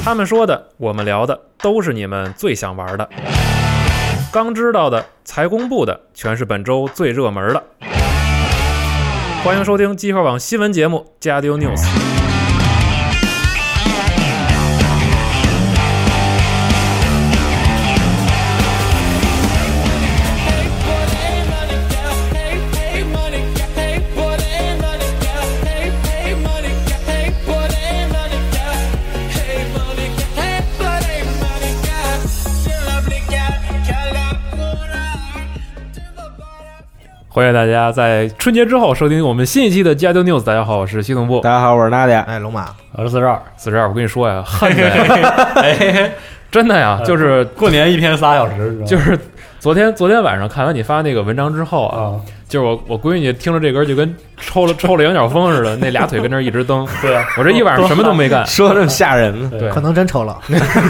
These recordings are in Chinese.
他们说的，我们聊的，都是你们最想玩的。刚知道的，才公布的，全是本周最热门的。欢迎收听机核网新闻节目《加丢 News》。欢迎大家在春节之后收听我们新一期的加丢 News。大家好，我是系统部。 大家好，我是娜迪。 哎，龙马， 我是42。 我跟你说呀，恨的呀，真的呀，就是过年一天3小时， 就是昨天晚上看完你发那个文章之后啊，就是我闺女听着这歌就跟抽了羊角风似的，那俩腿跟那一直蹬。 对啊， 我这一晚上什么都没干， 说这么吓人， 对， 可能真抽了，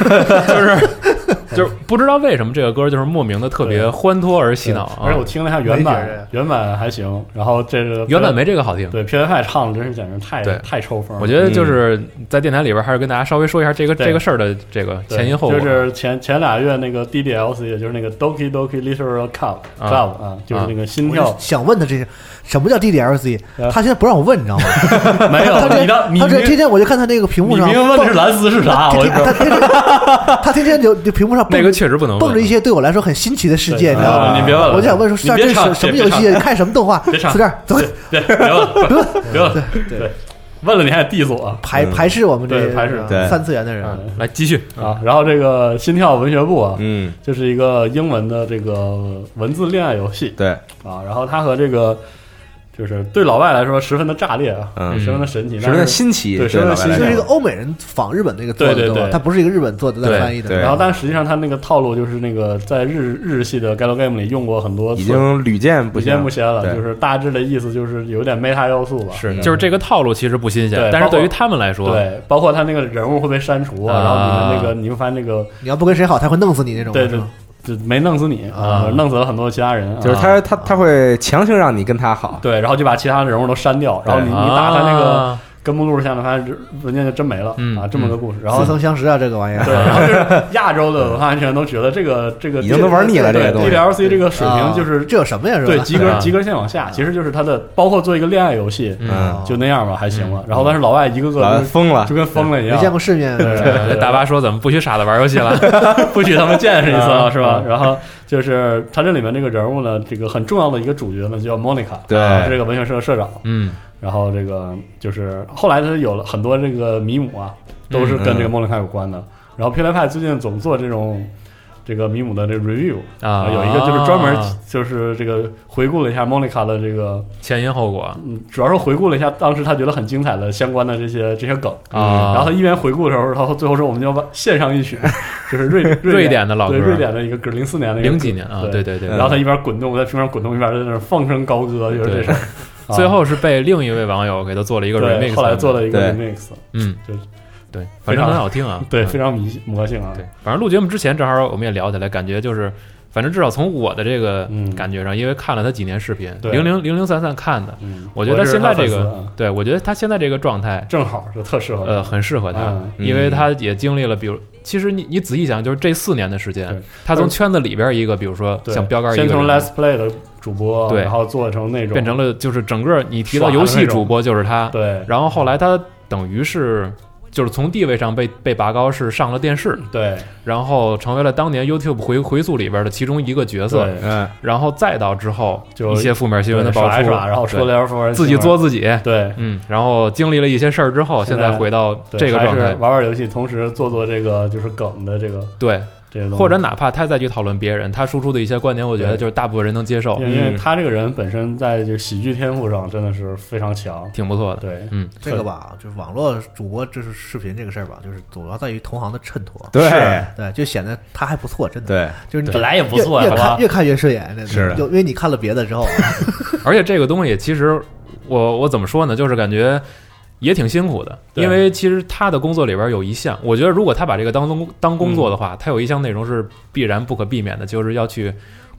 就是不知道为什么这个歌就是莫名的特别欢脱而洗脑啊。 而且我听了一下原版还行，然后这个原版没这个好听。 对 PewDiePie 唱的真是简直太抽风了。 我觉得就是在电台里边还是跟大家稍微说一下这个事儿的这个前因后果。 就是前俩月那个 DDLC， 也就是那个 Doki Doki Literature Club 啊，就是那个心跳。 想问他这些什么叫 DDLC， 他现在不让我问，你知道吗？ 没有， 他这天天我就看他那个屏幕上， 你明明问的是蓝斯是啥？ 他天天就屏幕上那个确实不能蹦着一些对我来说很新奇的世界，你知道吗？ 你别问了， 我就想问说，这是什么游戏？看什么动画？四这儿走， 别问，对，问了你还 diss 我， 排斥我们这排斥三次元的人。 来继续啊，然后这个心跳文学部啊，就是一个英文的这个文字恋爱游戏， 对啊，然后它和这个。就是对老外来说十分的炸裂啊，十分的神奇， 十分的新奇， 对，十分的新奇。 这是一个欧美人仿日本那个做的， 对， 它不是一个日本做的在翻译的。 然后，但实际上它那个套路就是那个在日系的 Galgame 里用过很多次， 已经屡见不鲜了。就是大致的意思就是有点 meta 要素吧。 是，就是这个套路其实不新鲜，但是对于他们来说， 对，包括他那个人物会被删除，然后你们那个你会发现那个你要不跟谁好，他会弄死你那种。 对。就没弄死你啊，弄死了很多其他人。 就是他会强行让你跟他好， 对，然后就把其他的人物都删掉，然后你打他那个根目录下来，发现文件就真没了啊，这么个故事。然后似曾相识啊，这个玩意儿。 对，然后就是亚洲的文化安全都觉得这个已经都玩腻了，这个东西。 DDLC 这个水平就是这有什么呀？是吧？ 对，及格线往下，其实就是它的包括做一个恋爱游戏，就那样吧，还行了。然后但是老外一个个疯了， 就跟疯了一样， 没见过世面。 对，大巴说怎么不许傻子玩游戏了， 不许他们见识一次了，是吧？然后就是他这里面这个人物呢，这个很重要的一个主角呢，叫 Monica， 对， 是这个文学社社长，然后这个就是后来他有了很多这个迷母啊，都是跟这个 Monica 有关的。然后 PewDiePie 最近总做这个迷母的这个 review 啊，有一个就是专门就是这个回顾了一下 Monica 的这个前因后果， 主要是回顾了一下当时他觉得很精彩的相关的这些梗啊。 然后他一边回顾的时候，他最后说我们就要献上一曲，就是瑞典的老歌， 对，瑞典的一个歌，04年的一个 ，0几年啊，对。 然后他一边滚动，在屏幕上滚动，一边在那放声高歌，就是这事。 最后是被另一位网友给他做了一个 remix， 后来做了一个 remix， 就对，反正很好听啊， 对，非常魔性啊。 对，反正录节目之前正好我们也聊起来，感觉就是，反正至少从我的这个感觉上，因为看了他几年视频，0033看的，我觉得他现在这个，对我觉得他现在这个状态正好是特适合， 很适合他，因为他也经历了，比如，其实你仔细想，就是这4年的时间，他从圈子里边一个，比如说像标杆一个， 先从 Let's Play 的主播， 对， 然后做成那种， 变成了就是整个你提到游戏主播就是他， 对， 然后后来他等于是。就是从地位上被拔高，是上了电视， 对， 然后成为了当年 YouTube 回溯里边的其中一个角色，然后再到之后一些负面新闻的爆出， 然后说了自己作自己， 对， 然后经历了一些事儿之后，现在回到这个状态， 玩游戏，同时做这个就是梗的这个， 对。或者哪怕他再去讨论别人，他输出的一些观点，我觉得就是大部分人能接受， 因为他这个人本身在这喜剧天赋上真的是非常强， 挺不错的。 对， 这个吧，就是网络主播就是视频这个事儿吧，就是主要在于同行的衬托， 对， 就显得他还不错，真的， 对， 就是本来也不错， 越看越顺眼， 是的， 因为你看了别的之后， 而且这个东西其实我怎么说呢，就是感觉。也挺辛苦的，因为其实他的工作里边有一项，我觉得如果他把这个当工作的话，他有一项内容是必然不可避免的，就是要去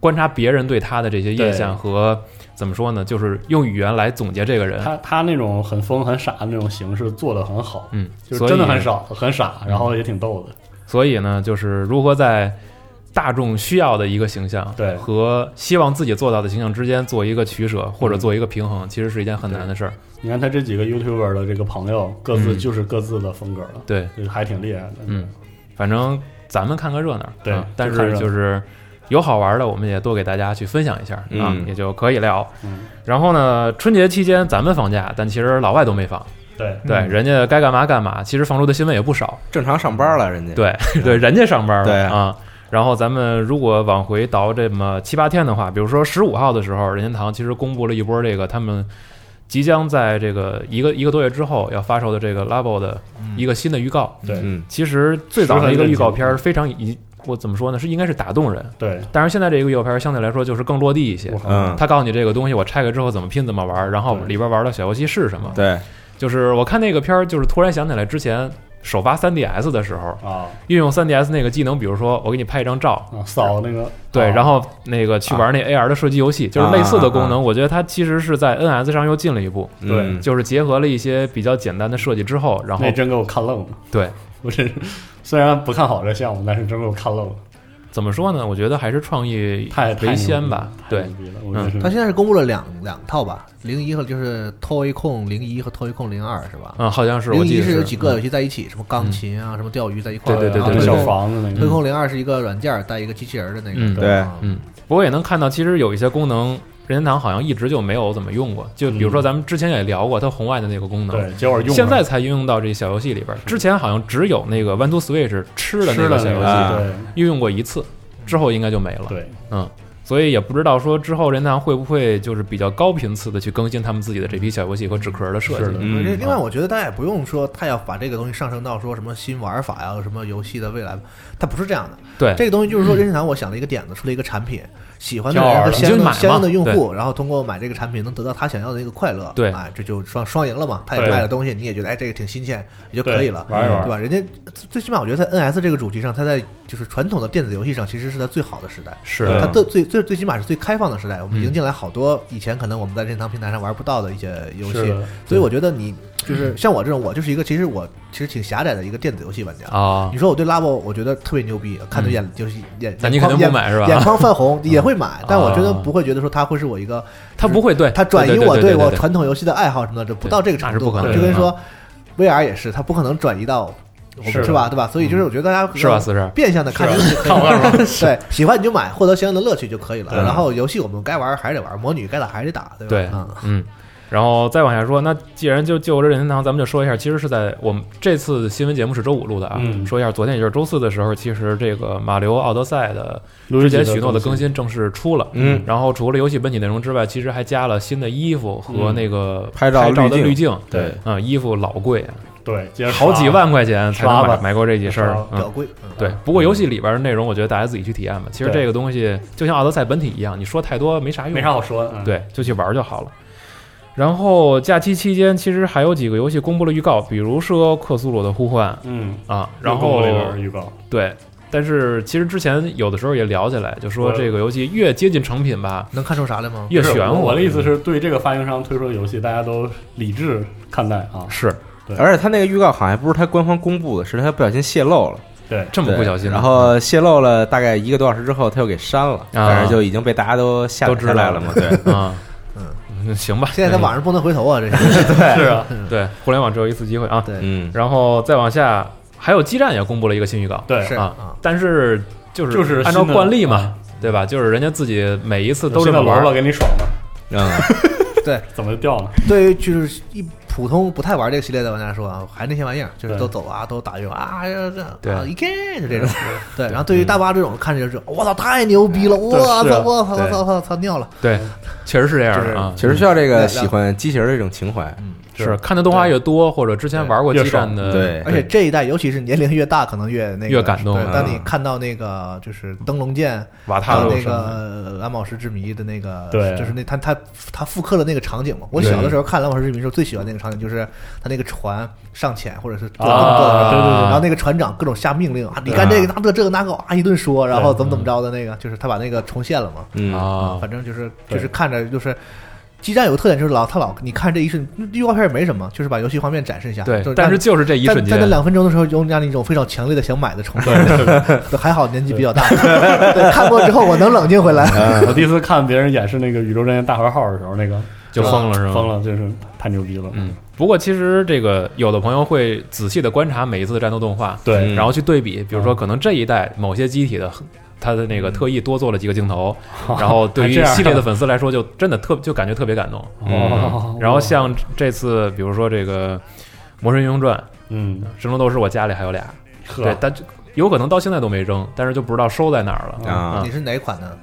观察别人对他的这些印象和怎么说呢，就是用语言来总结这个人。 他那种很疯很傻的那种形式做得很好，就是真的很傻，然后也挺逗的。 所以呢，就是如何在大众需要的一个形象和希望自己做到的形象之间做一个取舍或者做一个平衡，其实是一件很难的事儿。 你看他这几个 YouTuber 的这个朋友，各自就是各自的风格了， 对， 还挺厉害的。 反正咱们看个热闹， 对， 但是就是有好玩的，我们也多给大家去分享一下啊，也就可以聊。然后呢，春节期间咱们放假，但其实老外都没放。 对， 人家该干嘛干嘛，其实放出的新闻也不少， 正常上班了，人家对，人家上班了， 对啊。然后咱们如果往回倒这么7、8天的话，比如说15号的时候，任天堂其实公布了一波这个他们即将在这个一个多月之后要发售的这个 Labo 的一个新的预告。 对， 其实最早的一个预告片非常我怎么说呢？应该是打动人。 对， 但是现在这个预告片相对来说就是更落地一些。他告诉你这个东西我拆开之后怎么拼怎么玩，然后里边玩的小游戏是什么。 对， 就是我看那个片儿，就是突然想起来之前首发 3DS 的时候啊， 运用 3DS 那个技能，比如说我给你拍一张照， 扫那个对，然后那个去玩那 AR 的射击游戏，就是类似的功能。我觉得它其实是在 NS 上又进了一步， 对， 就是结合了一些比较简单的设计之后，然后那真给我看愣了。 对， 不是，虽然不看好这项目，但是真给我看愣了。 怎么说呢？我觉得还是创意为先吧。对， 他现在是公布了两套吧，01和就是 Toy Con 01和 Toy Con 02是吧？ 好像是。 01是有几个游戏在一起，什么钢琴啊，什么钓鱼在一块儿。 对， 小房子那个。 Toy Con 02是一个软件带一个机器人的那个。 对， 不过也能看到，其实有一些功能。任天堂好像一直就没有怎么用过，就比如说咱们之前也聊过它红外的那个功能， 对，结果用现在才应用到这小游戏里边。之前好像只有那个 One to Switch 吃的那个小游戏运用过一次，之后应该就没了。 对， 所以也不知道说之后任天堂会不会就是比较高频次的去更新他们自己的这批小游戏和纸壳的设计。 另外，我觉得大家也不用说他要把这个东西上升到说什么新玩法呀、什么游戏的未来，它不是这样的。 对， 这个东西就是说任天堂我想了一个点子，出了一个产品。喜欢的人和相应的用户，然后通过买这个产品能得到他想要的一个快乐， 对， 这就双赢了嘛。他也卖了东西，你也觉得这个挺新鲜，也就可以了， 玩一玩， 对吧？人家最起码我觉得在 NS 这个主题上，他在就是传统的电子游戏上，其实是他最好的时代， 是他的最起码是最开放的时代。我们迎进来好多以前可能我们在任天堂平台上玩不到的一些游戏，所以我觉得你就是像我这种，我就是一个其实挺狭窄的一个电子游戏玩家啊。 你说我对 Labo 我觉得特别牛逼，看着就是那你肯定不买是吧？ 眼眶泛红也会买，但我觉得不会觉得说他会是我一个， 他不会对他转移我对我传统游戏的爱好什么的，这不到这个程度，就跟说 VR 也是，他不可能转移到是吧？对吧？所以就是我觉得大家是吧？40 变相的看我对，喜欢你就买，获得相应的乐趣就可以了。然后游戏我们该玩还是得玩，魔女该打还是得打，对吧？ 然后再往下说，那既然就这任天堂，咱们就说一下，其实是在我们这次新闻节目是周5录的啊。说一下，昨天也就是周4的时候，其实这个马里奥奥德赛的之前许诺的更新正式出了。然后除了游戏本体内容之外，其实还加了新的衣服和那个拍照的滤镜。 对， 衣服老贵啊。 对， 好几万块钱才能买过这几身， 比较贵。 对，不过游戏里边的内容，我觉得大家自己去体验吧。其实这个东西就像奥德赛本体一样，你说太多没啥用， 没啥好说的。 对，就去玩就好了。然后假期期间，其实还有几个游戏公布了预告，比如说《克苏鲁的呼唤》，然后里边预告， 对。但是其实之前有的时候也聊起来，就说这个游戏越接近成品吧， 能看出啥来吗？ 越玄乎。 我的意思是对这个发行商推出的游戏，大家都理智看待啊。 是， 对。而且他那个预告好像不是他官方公布的，是他不小心泄露了。 对， 这么不小心， 然后泄露了大概1个多小时之后，他又给删了，但是就已经被大家都下载来了嘛。对啊。 行吧， 现在在网上不能回头啊，这是啊，对，互联网只有一次机会啊。 对， 然后再往下，还有基站也公布了一个新预告， 对啊，但是就是按照惯例嘛，对吧？就是人家自己每一次都这么玩， 给你爽了， 对， 怎么就掉了？ 对于就是普通不太玩这个系列的玩家说啊，还那些玩意儿，就是都走啊，都打用啊， 对， 一看就这种，对。然后对于大巴这种看着就是，我操，太牛逼了，我操，尿了。 对，确实是这样的啊， 确实需要这个喜欢机器人的这种情怀。 是看的动画越多，或者之前玩过激战的， 对， 而且这一代尤其是年龄越大，可能越那个越感动。 当你看到那个就是灯笼剑瓦塔鲁那个蓝宝石之谜的那个， 对， 就是那他复刻了那个场景嘛。我小的时候看蓝宝石之谜的时候，最喜欢那个场景就是他那个船上潜或者是做动作的时候，然后那个船长各种下命令啊，你干这个拿这个那个啊一顿说，然后怎么着的那个，就是他把那个重现了嘛。反正就是看着就是。激战有个特点就是你看这一瞬预告片也没什么，就是把游戏画面展示一下。 对，但是就是这一瞬间， 在那2分钟的时候，有让你一种非常强烈的想买的冲动。还好年纪比较大，对，看过之后我能冷静回来。 我第一次看别人演示那个宇宙战舰大和号的时候，那个就疯了，是吗？ 疯了，就是太牛逼了。 不过其实这个有的朋友会仔细的观察每一次的战斗动画， 对， 然后去对比，比如说可能这一代某些机体的。他的那个特意多做了几个镜头，然后对于系列的粉丝来说，就真的就感觉特别感动。然后像这次，比如说这个《魔神英雄传》，神龙斗士我家里还有俩，对，但有可能到现在都没扔，但是就不知道收在哪儿了。 你是哪款呢？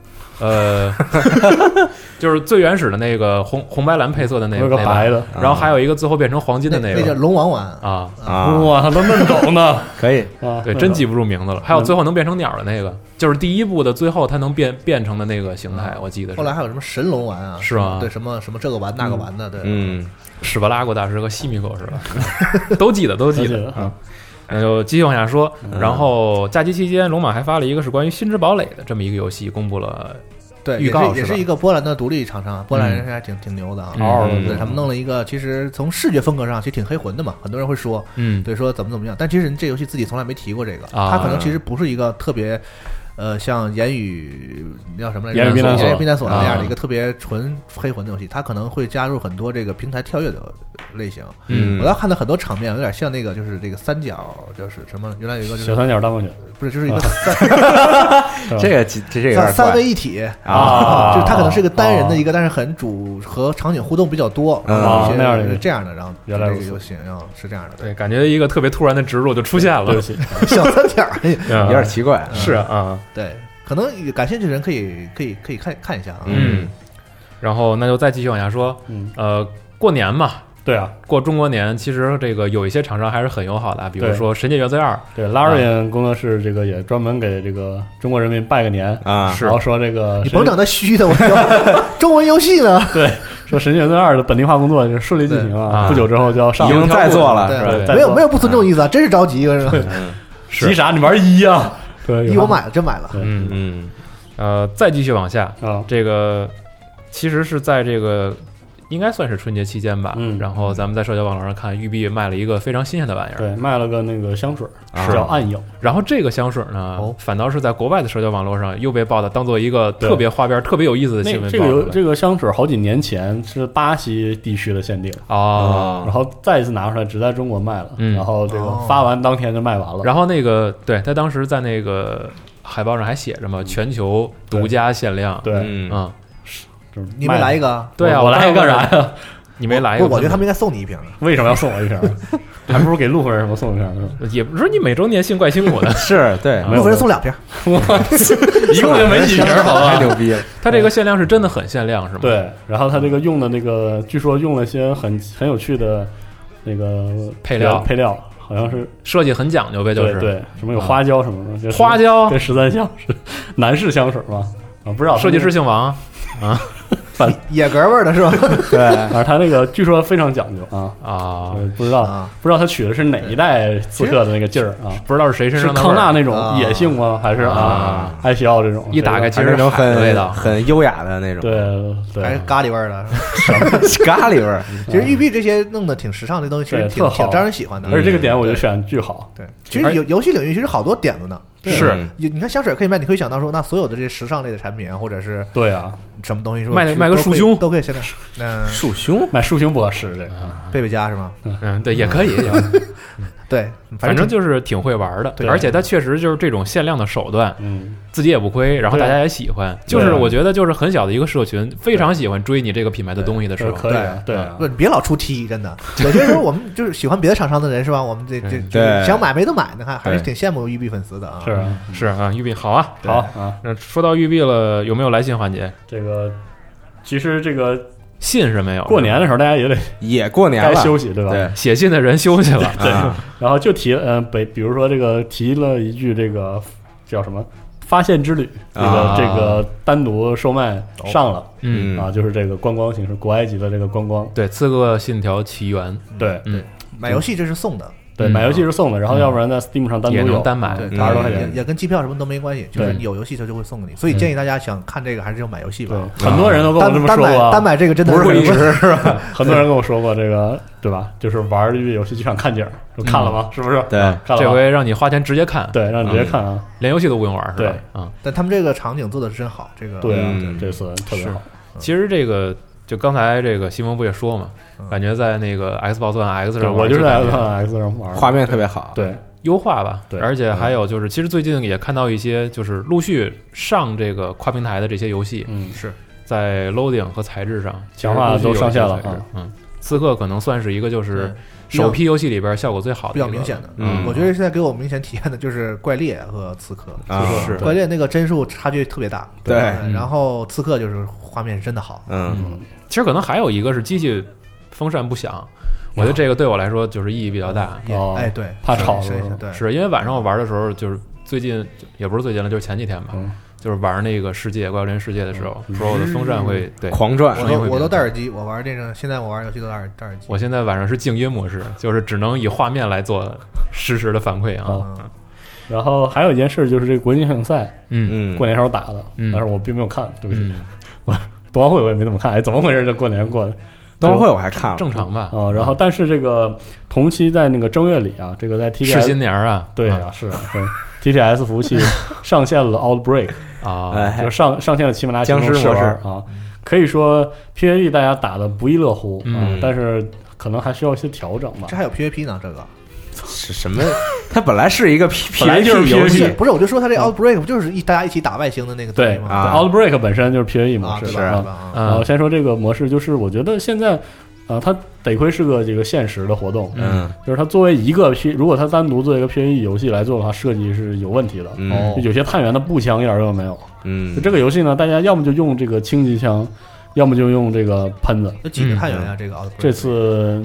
就是最原始的那个红白蓝配色的那个白的， 然后还有一个最后变成黄金的那个， 那叫龙王丸哇，都嫩懂呢， 可以对，真记不住名字了。还有最后能变成鸟的那个，就是第一部的最后它能变成的那个形态，我记得。 后来还有什么神龙丸啊？ 是吗？ 对，什么这个丸那个丸的，对， 史巴拉古大师和西米口是吧？都记得啊。那就继续往下说，然后假期期间，龙马还发了一个是关于《星之堡垒》的这么一个游戏，公布了预告， 也是一个波兰的独立厂商，波兰人还挺牛的啊。对，他们弄了一个，其实从视觉风格上其实挺黑魂的嘛，很多人会说，对，说怎么样，但其实这游戏自己从来没提过这个，它可能其实不是一个特别。像言语叫什么来着？言语避难所那样的一个特别纯黑魂的游戏，它可能会加入很多这个平台跳跃的类型。我要看到很多场面，有点像那个，就是这个三角，就是什么？原来有一个小三角大冒险， 不是，就是一个这个三位一体啊，就是它可能是一个单人的一个，但是很和场景互动比较多那样的这样的，然后原来这个游戏是这样的， 对，感觉一个特别突然的植入就出现了， 小三角有点奇怪， 是啊。 对，可能感兴趣的人可以看一下啊。 然后那就再继续往下说。过年嘛， 对啊， 过中国年，其实这个有一些厂商还是很友好的，比如说《神界原罪2》。 对 ，Larian 工作室这个也专门给这个中国人民拜个年啊，然后说这个你甭整那虚的，我中文游戏呢？ 对，说《神界原罪2》的本地化工作就是顺利进行啊，不久之后就要上， 已经在做了， 没有不尊重意思啊，真是着急， 急啥？你玩1啊？对， 我买了，真买了。 再继续往下这个其实是在这个应该算是春节期间吧。然后咱们在社交网络上看，育碧卖了一个非常新鲜的玩意儿， 对，卖了个那个香水，叫暗影。 然后这个香水呢，反倒是在国外的社交网络上又被报道当做一个特别花边、特别有意思的新闻。 这个香水好几年前是巴西地区的限定然后再一次拿出来，只在中国卖了。然后这个发完当天就卖完了。 然后那个对他当时在那个海报上还写着嘛，全球独家限量。 对， 你没来一个？ 对啊， 我来一个干啥呀？ 你没来一个？ 我觉得他们应该送你一瓶。 为什么要送我一瓶？还不如给陆夫人什么送一瓶？ 也不是你每周年辛怪辛苦的。 是对， 陆夫人送2瓶， 一共就没几瓶，好吧？ 太牛逼了！ 他这个限量是真的很限量，是吗？ 对，然后他这个用的那个，据说用了些很有趣的那个配料，好像是设计很讲究呗，就是对，什么有花椒什么的， 花椒跟13香是男士香水嘛？不知道设计师姓王啊。 野格味的是吧？ 对，反正他那个据说非常讲究不知道他取的是哪一代刺客的那个劲儿啊？ 不知道是谁身上的是康纳那种野性吗？还是艾希奥这种？ 一打开其实那种很很优雅的那种， 对， 还是咖喱味的， 咖喱味。 其实育碧这些弄的挺时尚的东西，其实挺招人喜欢的。 而且这个点我就选巨好。 对，其实游戏领域其实好多点子呢。 是， 你看香水可以卖，你可以想到说，那所有的这些时尚类的产品啊，或者是对啊， 什么东西说卖个束胸都可以。现在束胸卖束胸不合适，这个贝贝家是吗？ 对，也可以。 对， 反正就是挺会玩的，而且它确实就是这种限量的手段，自己也不亏，然后大家也喜欢。就是我觉得就是很小的一个社群，非常喜欢追你这个品牌的东西的时候， 对， 不，别老出 T， 真的。有些时候我们就是喜欢别的厂商的人是吧？我们这想买没得买，你看还是挺羡慕育碧粉丝的啊。 是啊，育碧好啊， 好啊。 那说到育碧了，有没有来信环节？ 这个其实这个信是没有， 过年的时候大家也过年了， 该休息对吧？ 对， 写信的人休息了， 对。然后就提比如说这个提了一句这个叫什么？发现之旅这个单独售卖上了，就是这个观光形式，国外级的这个观光， 对，刺客信条起源， 对， 买游戏这是送的， 对，买游戏是送的，然后要不然在 Steam 上单独也能单买 ，80多块钱，也跟机票什么都没关系，就是你有游戏就会送给你，所以建议大家想看这个还是要买游戏吧。 很多人都跟我这么说过， 单买这个真的不是会值是吧？很多人跟我说过这个，对吧？就是玩这个游戏就想看景，说看了吗？是不是？ 对， 这回让你花钱直接看， 对，让你直接看啊， 连游戏都不用玩，是吧？ 但他们这个场景做的是真好，这个对啊，这次特别好。 其实这个就刚才这个新闻不也说嘛，感觉在那个 Xbox One X 上玩， 我就是在 Xbox One X 上玩， 画面特别好， 对， 优化吧， 对， 而且还有就是，其实最近也看到一些就是陆续上这个跨平台的这些游戏， 是在 loading 和材质上强化都上线了， 刺客可能算是一个就是首批游戏里边效果最好的， 比较明显的。我觉得现在给我明显体验的就是怪猎和刺客， 是怪猎那个帧数差距特别大， 对， 然后刺客就是画面是真的好， 其实可能还有一个是机器风扇不响。我觉得这个对我来说就是意义比较大， 对， 怕吵是因为晚上我玩的时候，就是最近也不是最近了，就是前几天吧，就是玩那个世界怪物猎人世界的时候，说我的风扇会对狂转， 我都戴耳机，我玩这个现在我玩游戏都戴耳机。 我现在晚上是静音模式，就是只能以画面来做实时的反馈啊。 然后还有一件事就是这个国际竞赛，过年时候打的，但是我并没有看，对不起，我冬奥会我也没怎么看，怎么回事？这过年过的。 冬奥会我还看了， 正常吧？ 然后但是这个同期在那个正月里啊，这个在 TGS 是新年啊， 对啊，是对 TGS 服务器上线了 Outbreak 就上线了奇马拉僵尸模式啊，可以说 PVE 大家打的不亦乐乎但是可能还需要一些调整吧。 这还有 PVP 呢，这个是什么？它本来是一个 PVP 游戏， 不是？我就说它这 Outbreak 不就是大家一起打外星的那个对吗 ？Outbreak 本身就是 PVE 模式， 是吧？然后先说这个模式，就是我觉得现在它得亏是个这个现实的活动，就是它作为一个如果它单独做一个 PVE 游戏来做的话，设计是有问题的。就有些探员的步枪一点用都没有。就这个游戏呢，大家要么就用这个轻机枪，要么就用这个喷子。 有几个探员呀？这个 Outbreak 这次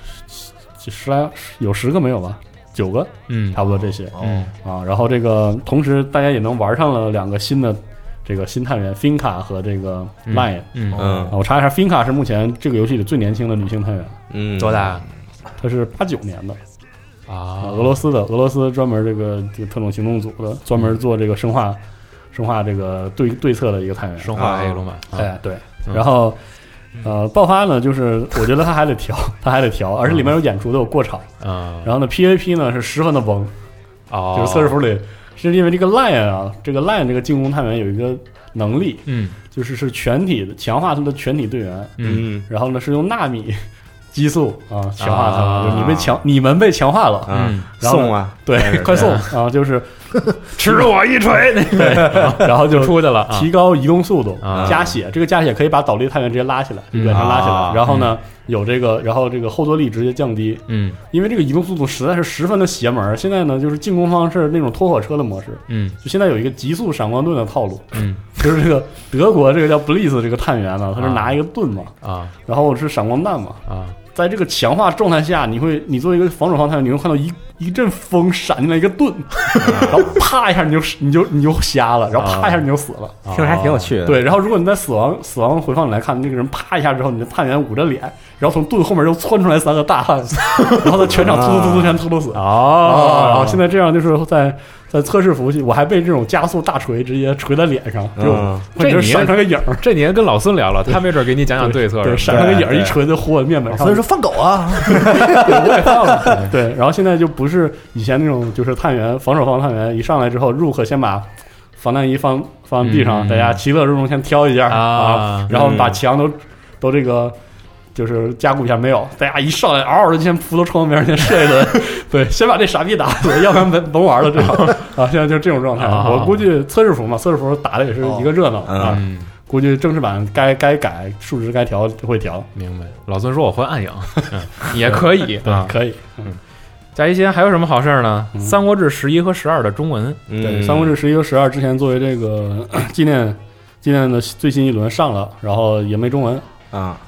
有10个没有吧？9个，差不多这些。然后这个同时大家也能玩上了2个新的这个新探员 Finka 和这个 Lion。我查一下 Finka 是目前这个游戏里最年轻的女性探员。 多大？ 她是89年的俄罗斯专门这个特种行动组的，专门做这个生化这个对策的一个探员。 生化黑龙马。 对。然后爆发呢，就是我觉得它还得调，而且里面有演出都有过场。然后呢 PVP 呢是十分的崩。就是测试服里是因为这个 Lion 这个进攻探员有一个能力，就是全体的强化他的全体队员，然后呢是用纳米激素强化他们，就是你们被强化了，然后送啊， 对，快送就是吃了我一锤， 然后就出去了， 提高移动速度，加血，这个加血可以把倒立探员直接拉起来，远程拉起来，然后呢有这个，然后这个后坐力直接降低，因为这个移动速度实在是十分的邪门。现在呢，就是进攻方是那种拖火车的模式，就现在有一个极速闪光盾的套路，就是这个德国这个叫 Blitz 这个探员呢，他是拿一个盾嘛，然后是闪光弹嘛，在这个强化状态下，你作为一个防守方探员，你会看到一阵风闪进来一个盾，然后啪一下你就瞎了，然后啪一下你就死了， 听着还挺有趣的。 对，然后如果你在死亡回放里来看，那个人啪一下之后，你的探员捂着脸，然后从盾后面又窜出来3个大汉，然后他全场突全突死。然后现在这样就是在测试服务器，我还被这种加速大锤直接锤在脸上，就闪成个影儿。 这你也跟老孙聊聊，他没准给你讲讲对策。 对，闪成个影儿，一锤子呼我面本上。 所以说放狗啊， 我也放了。对，然后现在就不是以前那种，就是探员防守方探员一上来之后，入可先把防弹衣放地上，大家其乐融融先挑一下然后把墙都这个。就是加固一下没有，大家一上来嗷嗷的先扑到窗边先射一顿，对，先把这傻逼打死，要不然甭玩了这种现在就是这种状态。我估计测试服打的也是一个热闹估计正式版该改数值该调会调。 明白。老孙说我会暗影也可以可以。 加一些还有什么好事呢？三国志11和12的中文。 对，三国志11和12之前作为这个纪念的最新一轮上了，然后也没中文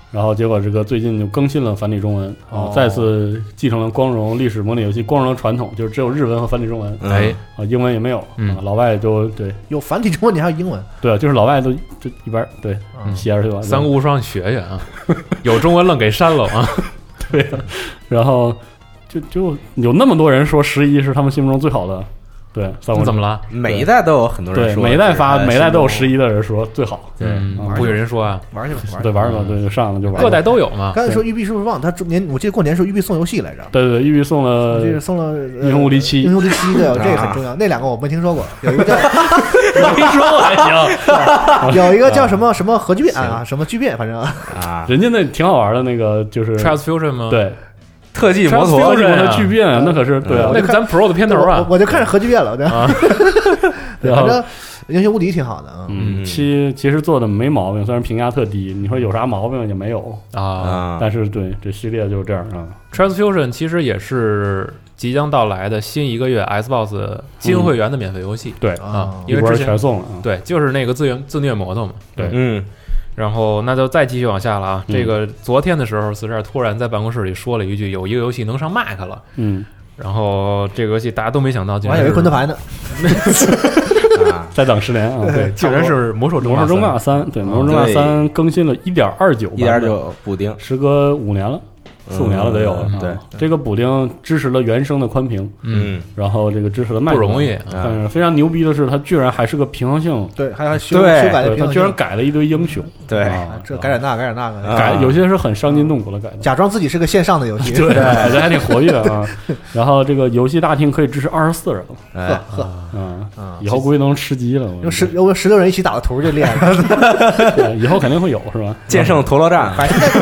然后结果这个最近就更新了繁体中文，再次继承了光荣历史模拟游戏光荣的传统，就是只有日文和繁体中文，英文也没有，老外就对有繁体中文，你还有英文， 对，就是老外都就一般对写着就完， 三国无双学学啊，有中文愣给删了啊， 对，然后就有那么多人说11是他们心目中最好的。对， 怎么了？ 每一代都有很多人说， 每一代都有11的人说最好。 不许人说啊， 玩去吧， 对，玩吧，对，就上了就玩。 各代都有嘛。 刚才说育碧是不是忘？他我记得过年时候育碧送游戏来着。 对，育碧送了英雄无敌7，英雄无敌7对，这个很重要。那两个我没听说过，有一个叫没说过还行， 有一个叫什么核聚变啊，什么聚变，反正啊，人家那挺好玩的，那个就是 Transfusion 吗？ 对。 特技摩托巨变啊，那可是对啊， 那个咱 Pro 的片头啊， 我就看着核聚变了，对，反正英雄无敌挺好的， 其实做的没毛病，虽然评价特低，你说有啥毛病也没有啊，但是对这系列就是这样啊。 Transfusion 其实也是即将到来的新1个月 Xbox 金会员的免费游戏， 对啊，因为之前全送了， 对，就是那个自虐摩托嘛， 对， 然后那就再继续往下了啊！这个昨天的时候，四十二突然在办公室里说了一句：“有一个游戏能上 Mac 了。”然后这个游戏大家都没想到， 我还以为昆特牌呢， 再等10年啊！对， 竟然是魔兽争霸3，对，魔兽争霸3更新了1.29 补丁， 时隔5年了。4-5年了得有了， 对， 这个补丁支持了原生的宽屏，然后这个支持了麦克， 不容易， 但是非常牛逼的是，它居然还是个平衡性， 对，还修改的平衡性， 它居然改了一堆英雄， 对， 这改点那个， 改有些是很伤筋动骨的改， 假装自己是个线上的游戏， 对，这还挺活跃啊。然后这个游戏大厅可以支持24人了，以后估计能吃鸡了， 有16人一起打个图就练了， 以后肯定会有是吧？ 剑圣陀螺战，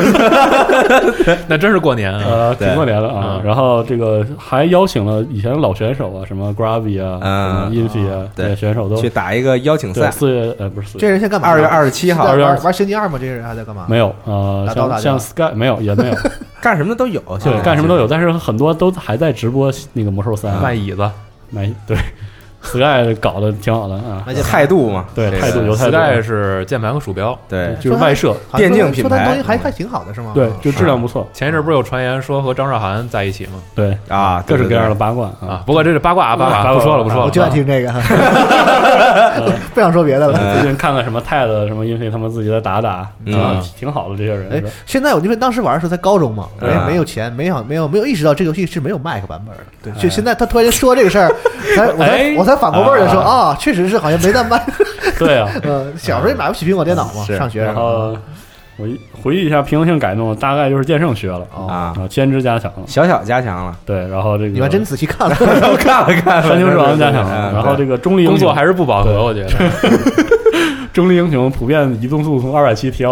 那真是过年啊， 挺过年了啊。然后这个还邀请了以前的老选手啊，什么 Gravy 啊，什么 Infi 啊，对，选手都去打一个邀请赛。 4月不是4月， 这人现在干嘛？ 2月27号玩星际2吗？这人还在干嘛？ 没有像 Sky 没有也没有， 干什么都有， 对，干什么都有，但是很多都还在直播那个魔兽3， 卖椅子， 对。Sky 搞得挺好的啊， 态度嘛， 对，态度有态度。 Sky 是键盘和鼠标， 对， 就是外设电竞品牌， 东西还挺好的是吗？ 对，就质量不错。 前一阵不是有传言说和张韶涵在一起吗？ 对啊， 各式各样的八卦啊。 不过这是八卦，不说了， 我就爱听这个，不想说别的了。 最近看看什么 TED 什么，因为他们自己在打，挺好的这些人。 哎，现在我因为当时玩的时候在高中嘛，没有钱，没有意识到这个游戏是没有 Mac 版本的。对，就现在他突然间说这个事儿，我才反过味儿的说啊，确实是好像没在卖。 对啊， 小时候也买不起苹果电脑嘛，上学。 然后我回忆一下平衡性改动，大概就是剑圣学了啊，先知加强了， 小加强了。 对，然后这个你们真仔细看了， 看三球之王加强了，然后这个中立工作还是不饱和，我觉得。 中立英雄普遍移动速度从270提到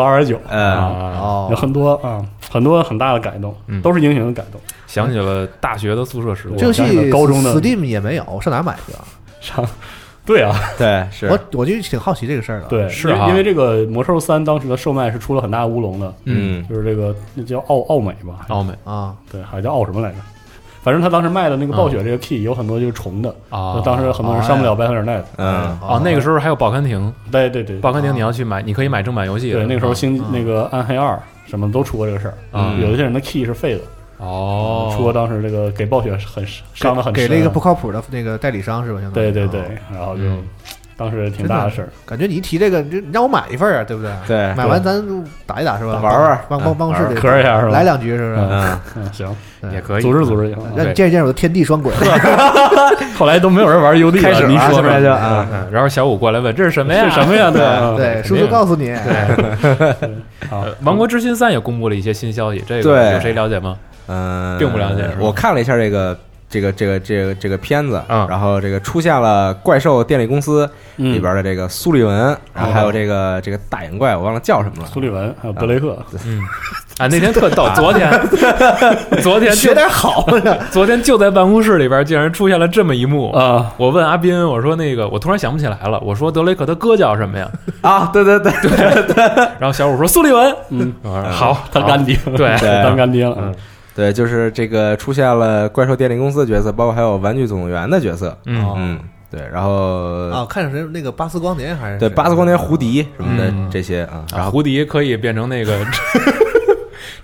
290，有很多啊，很多很大的改动，都是英雄的改动。 想起了大学的宿舍时光， 这游戏高中的 Steam 也没有，上哪买去啊？ 对啊， 对，是我就挺好奇这个事儿的。 对， 是啊， 因为这个魔兽3当时的售卖是出了很大乌龙的，就是这个那叫奥美吧， 奥美啊， 对，还叫奥什么来着？反正他当时卖的那个暴雪这个 key 有很多就是重的啊，当时很多人上不了 Battle.net。 那个时候还有报刊亭， 对， 报刊亭你要去买，你可以买正版游戏。 对，那个时候那个暗黑2什么都出过这个事儿，有一些人的 key 是废的。出过当时这个给暴雪很伤的很深， 给了一个不靠谱的那个代理商是吧？ 对，然后就当时挺大的事儿。 感觉你一提这个，你让我买一份啊，对不对？ 对， 买完咱打一打是吧？ 玩， 办公室里磕一下是吧？ 来2局是不是？ 行， 也可以组织以后， 让你见识我的天地双轨。 后来都没有人玩 UD 了，你说就然后小五过来问这是什么呀？ 是什么呀？ 对，叔叔告诉你。 好，王国之心3也公布了一些新消息，这个有谁了解吗？并不了解。 我看了一下这个片子，然后这个出现了怪兽电力公司里边的这个苏利文，然后还有这个大眼怪，我忘了叫什么了。 苏利文还有德雷克， 那天特逗，昨天学点好， 昨天就在办公室里边，竟然出现了这么一幕啊！我问阿斌，我说那个，我突然想不起来了，我说德雷克他哥叫什么呀？ 啊，对， 然后小五说苏利文，好， 他干爹， 对， 当干爹了， 对，就是这个出现了怪兽电力公司的角色，包括还有玩具总动员的角色，对，然后看是那个巴斯光年还是对巴斯光年胡迪什么的这些啊， 然后胡迪可以变成那个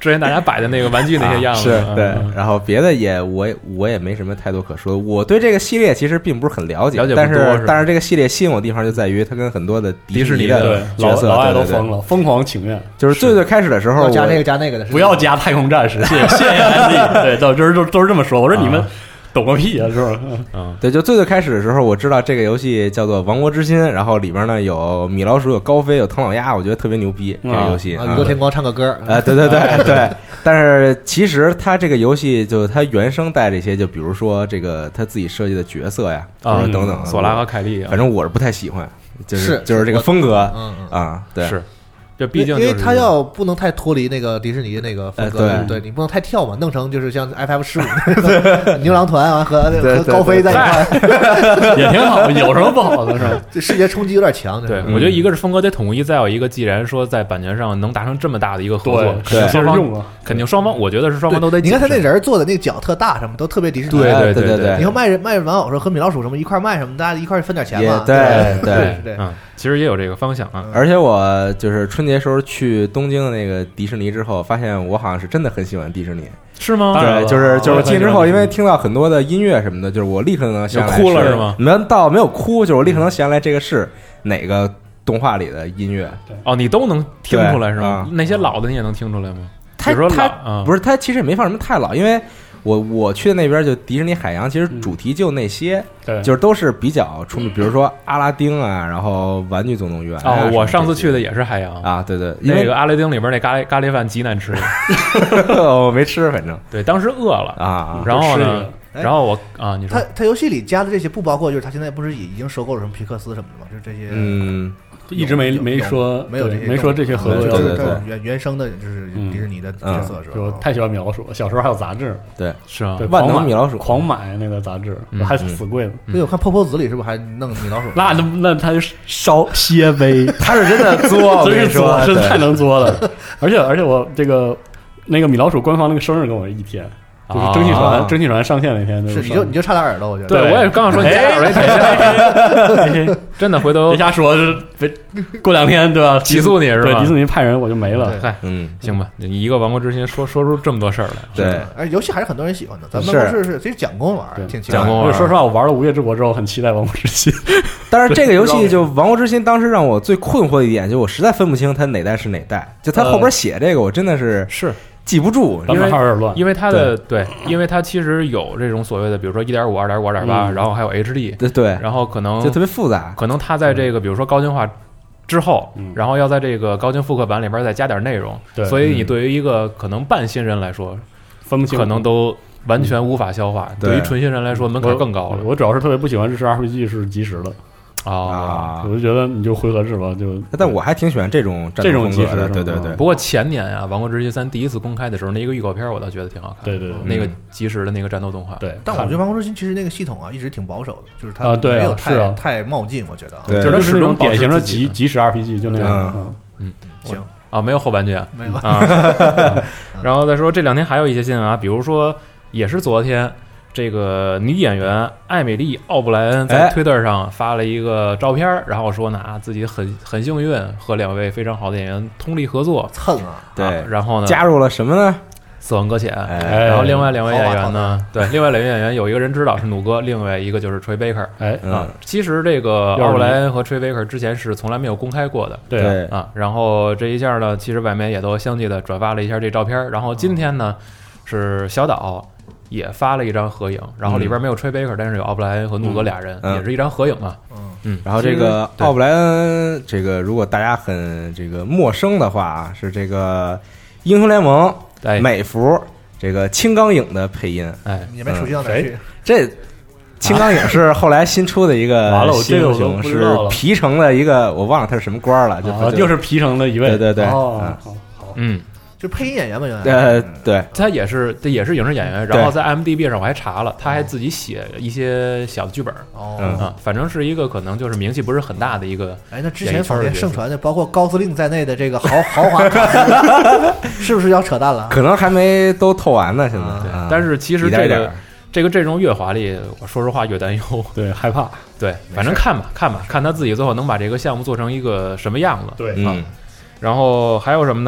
之前大家摆的那个玩具那些样子。 是对，然后别的我也没什么太多可说的。我对这个系列其实并不是很了解，但是这个系列吸引我的地方就在于它跟很多的迪士尼的角色老外都疯了，疯狂请愿。 就是最开始的时候加那个的， 不要加太空战士，谢谢安迪。对，都是这么说。我说你们。懂个屁啊，是吧？ 对，就最开始的时候，我知道这个游戏叫做《王国之心》，然后里边呢有米老鼠、有高飞、有唐老鸭，我觉得特别牛逼。这个游戏， 宇多田光唱个歌， 对。但是其实它这个游戏就它原声带这些，就比如说这个他自己设计的角色呀，或者等等， 索拉和凯莉， 反正我是不太喜欢，就是这个风格啊，对。 是。这毕竟因为他要不能太脱离那个迪士尼的那个风格，对你不能太跳嘛，弄成就是像 FF15牛郎团啊和高飞在一块也挺好，有什么不好的是吧？ 这视觉冲击有点强。 对，我觉得一个是风格得统一，再有一个，既然说在版权上能达成这么大的一个合作，肯定双方，我觉得是双方都得。 你看他那人做的那个脚特大，什么都特别迪士尼。 对。 你说卖玩偶说和米老鼠什么一块卖什么，大家一块分点钱嘛。 对， 其实也有这个方向啊。 而且我就是春节时候去东京的那个迪士尼之后，发现我好像是真的很喜欢迪士尼， 是吗？ 对，就是进之后，因为听到很多的音乐什么的，就是我立刻能想起来， 哭了是吗？ 没有哭，就是我立刻能想起来这个是哪个动画里的音乐。 哦，你都能听出来是吗？那些老的你也能听出来吗？ 他不是他其实也没放什么太老，因为我去的那边就迪士尼海洋，其实主题就那些，就是都是比较出名，比如说阿拉丁啊，然后玩具总动员啊。我上次去的也是海洋啊，对， 那个阿拉丁里边那咖喱饭极难吃， 我没吃，反正对，当时饿了啊。 然后呢，然后你说他游戏里加的这些不包括，就是他现在不是已经收购了什么皮克斯什么的吗？就是这些一直没说没说这些合作， 原生的就是迪士尼的角色是吧？ 就太喜欢米老鼠，小时候还有杂志， 对， 是啊， 万能米老鼠， 狂买那个杂志，还死贵了。 对，我看《泡泡子》里是不是还弄米老鼠？ 那他就烧歇杯， 他是真的作， 真是作，真太能作了。而且我那个米老鼠官方那个生日跟我一天。就是蒸汽船上线那天， 是你就差点耳朵，我觉得。 对，我也刚想说你加耳朵，真的回头别瞎说，过2天对吧？ 起诉你是吧？ 对，迪士尼派人我就没了。 嗨，行吧，你一个王国之心说出这么多事儿来， 对， 而游戏还是很多人喜欢的。咱们不是其实讲公玩，挺讲公玩。 说实话，我玩了《无夜之国》之后，很期待王国之心。 但是这个游戏就王国之心，当时让我最困惑的一点，就我实在分不清它哪代是哪代。就它后边写这个，我真的是记不住， 因为它的因为它其实有这种所谓的，比如说 1.5、2.5、2.8，然后还有 HD， 对， 然后可能就特别复杂， 可能它在这个比如说高清化之后，然后要在这个高清复刻版里边再加点内容，所以你对于一个可能半新人来说， 分不清， 可能都完全无法消化。对于纯新人来说，门槛更高了。 我主要是特别不喜欢日式 RPG 是即时的。我就觉得你就回合制吧，就。 但我还挺喜欢这种即时的，对。 不过前年啊，《王国之心3》第一次公开的时候，那一个预告片我倒觉得挺好看。 对， 那个即时的那个战斗动画。 对， 但我觉得《王国之心》其实那个系统啊，一直挺保守的，就是它没有太冒进，我觉得。 对， 就是那种典型的即时 RPG，就那样。 行啊，没有后半句， 没有啊。然后再说这2天还有一些新闻啊，比如说也是昨天。这个女演员艾美丽·奥布莱恩在推特上发了一个照片，然后说呢自己很幸运和2位非常好的演员通力合作， 蹭啊， 对， 然后呢加入了什么呢？ 死亡搁浅，然后另外2位演员呢，对，另外2位演员有一个人知道是弩哥，另外一个就是Troy Baker，其实这个奥布莱恩和Troy Baker之前是从来没有公开过的， 对然后这一下呢，其实外媒也都相继的转发了一下这照片，然后今天呢是小岛。也发了一张合影，然后里边没有Troy Baker，但是有奥布莱恩和弩哥俩人，也是一张合影啊。 然后这个奥布莱恩，这个如果大家很这个陌生的话，是这个英雄联盟美服这个青钢影的配音。 你没熟悉到哪去？ 这青钢影是后来新出的一个新英雄，是皮城的一个，我忘了他是什么官了， 就是皮城的一位。 对， 就配音演员嘛，原来对， 他也是影视演员，然后在 IMDB 上我还查了，他还自己写一些小的剧本反正是一个可能就是名气不是很大的一个。 那之前坊间盛传的，包括高司令在内的这个豪华是不是要扯淡了？ 可能还没都透完呢，现在。 但是其实这个阵容越华丽，我说实话越担忧， 对，害怕。 对，反正看吧，看他自己最后能把这个项目做成一个什么样子。 对， 然后还有什么呢？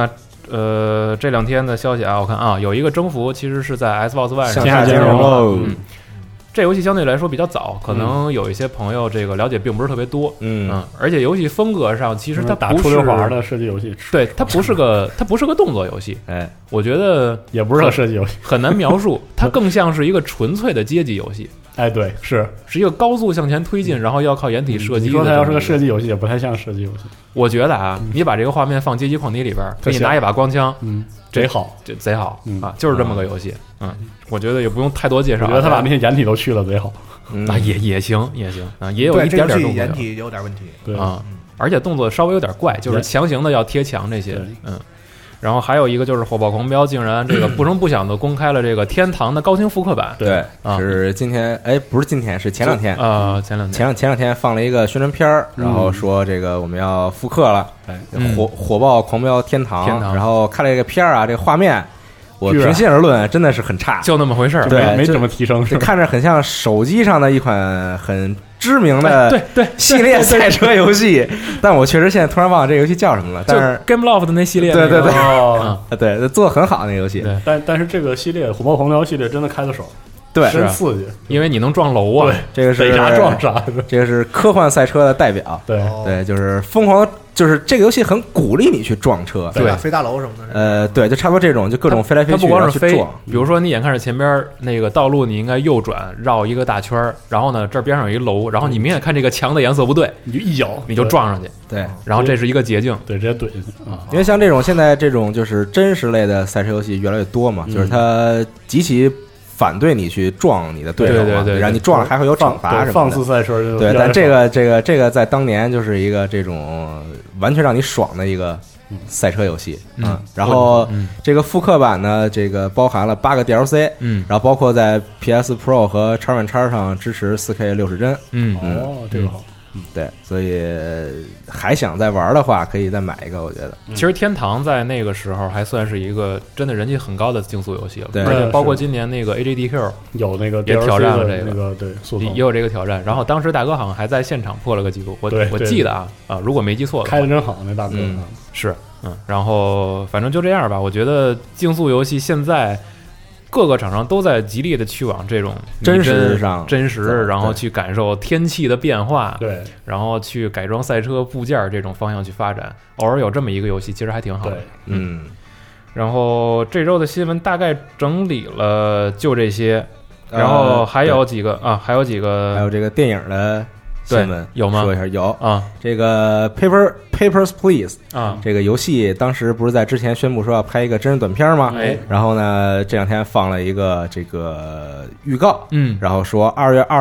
这2天的消息啊，我看啊，有一个征服其实是在 Xbox One 上向下兼容喽。 这游戏相对来说比较早，可能有一些朋友这个了解并不是特别多，而且游戏风格上其实它不是打出溜滑的射击游戏， 对，它不是个动作游戏，我觉得也不是个射击游戏， 很难描述，它更像是一个纯粹的街机游戏。 对，是一个高速向前推进，然后要靠掩体射击。 你说它要是个射击游戏，也不太像射击游戏。 我觉得啊，你把这个画面放街机矿体里边，给你拿一把光枪， 贼好， 这贼好啊，就是这么个游戏。我觉得也不用太多介绍。 我觉得他把那些掩体都去了，贼好。 啊，也行啊，也有一点点动作。 掩体有点问题， 对啊，而且动作稍微有点怪，就是强行的要贴墙这些，然后还有一个就是火爆狂飙竟然这个不声不响的公开了这个天堂的高清复刻版， 对，是今天不是今天，是前2天前两天放了一个宣传片然后说这个我们要复刻了，火爆狂飙天堂，然后看了这个片啊，这个画面。我平心而论，真的是很差， 就那么回事儿， 对， 没怎么提升， 看着很像手机上的一款很知名的对系列赛车游戏，但我确实现在突然忘了这个游戏叫什么了。但是 Gameloft 的那系列， 对，对，做得很好那个游戏。 但是这个系列火爆狂飙系列真的开了手， 对， 真刺激， 因为你能撞楼啊， 这个是逮啥撞啥， 这个是科幻赛车的代表，对，就是疯狂。就是这个游戏很鼓励你去撞车， 对，飞大楼什么的。对，就差不多这种，就各种飞来飞去， 它不光是飞， 撞。 比如说你眼看着前边那个道路，你应该右转绕一个大圈，然后呢这边上有一楼，然后你明显看这个墙的颜色不对， 你就一脚你就撞上去， 对， 然后这是一个捷径， 对，直接怼进去啊。 因为像这种现在这种就是真实类的赛车游戏越来越多嘛，就是它极其反对你去撞你的对手， 对， 然后你撞了还会有惩罚什么的， 放肆赛车。 对，但这个在当年就是一个这种完全让你爽的一个赛车游戏然后这个复刻版呢，这个包含了8个 DLC，然后包括在 PS Pro 和 X1X 上支持 4K 60帧， 这个好。 对，所以还想再玩的话，可以再买一个。我觉得， 其实天堂在那个时候还算是一个真的人气很高的竞速游戏了， 对， 而且包括今年那个 AJDQ 有那个也挑战了这个，对， 也有这个挑战。然后当时大哥好像还在现场破了个记录，我记得啊，如果没记错的话， 开的真好，那大哥是然后反正就这样吧。我觉得竞速游戏现在各个厂商都在极力的去往这种真实上然后去感受天气的变化， 对， 然后去改装赛车部件这种方向去发展。偶尔有这么一个游戏，其实还挺好的。然后这周的新闻大概整理了就这些，然后还有几个还有这个电影的新闻有吗？ 说一下，有啊，这个 Papers Please 啊， 这个游戏当时不是在之前宣布说要拍一个真人短片吗？然后呢，这2天放了一个这个预告，然后说2月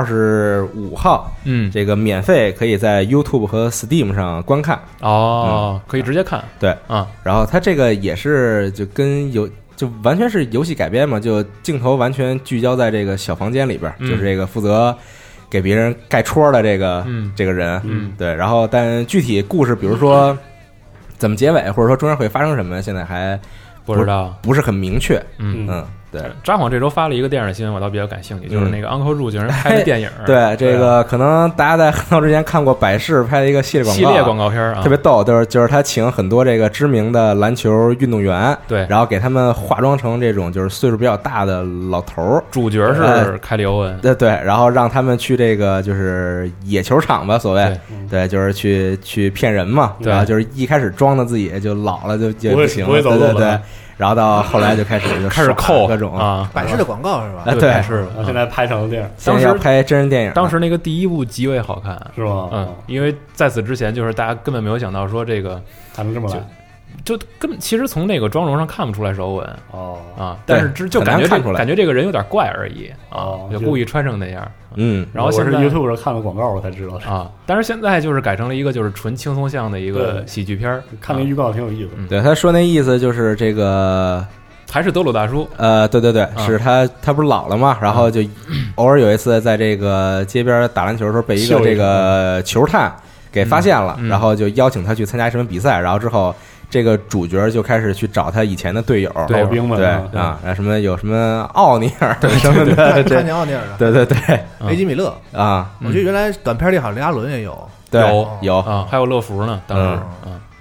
25号，这个免费可以在 YouTube 和 Steam 上观看， 可以直接看， 对啊，然后它这个也是就完全是游戏改编嘛，就镜头完全聚焦在这个小房间里边，就是这个负责给别人盖戳的这个人，对，然后但具体故事，比如说怎么结尾，或者说中间会发生什么，现在还不知道， 不是很明确。对， 札幌这周发了一个电影的新闻，我倒比较感兴趣，就是那个 Uncle Ru 竟然拍的电影。 对，这个可能大家在很早之前看过百事拍的一个系列广告片啊， 特别逗，就是他请很多这个知名的篮球运动员， 对， 然后给他们化妆成这种就是岁数比较大的老头儿， 主角是凯里欧文， 对，然后让他们去这个就是野球场吧，所谓，对，就是去骗人嘛， 对吧？就是一开始装的自己就老了就不行， 不会走路了， 对。然后到后来就开始扣各种百事的广告是吧？ 对， 是。 现在拍成了电影， 当时要拍真人电影， 当时那个第一部极为好看， 是吗？ 因为在此之前就是大家根本没有想到说这个还能这么来， 就根本其实从那个妆容上看不出来是欧文但是就感觉这个人有点怪而已就故意穿成那样。然后现在我是 YouTube 上看了广告我才知道但是现在就是改成了一个就是纯轻松向的一个喜剧片， 看那预告挺有意思。 对，他说那意思就是这个。 还是德鲁大叔， 对，是他不是老了嘛，然后就偶尔有一次在这个街边打篮球的时候被一个这个球探给发现了，然后就邀请他去参加什么比赛，然后之后这个主角就开始去找他以前的队友老兵们， 对啊，什么有什么奥尼尔什么的， 看见奥尼尔了， 对， 雷吉米勒啊， 我觉得原来短片里好像雷阿伦也有， 对有还有乐福呢，当时但是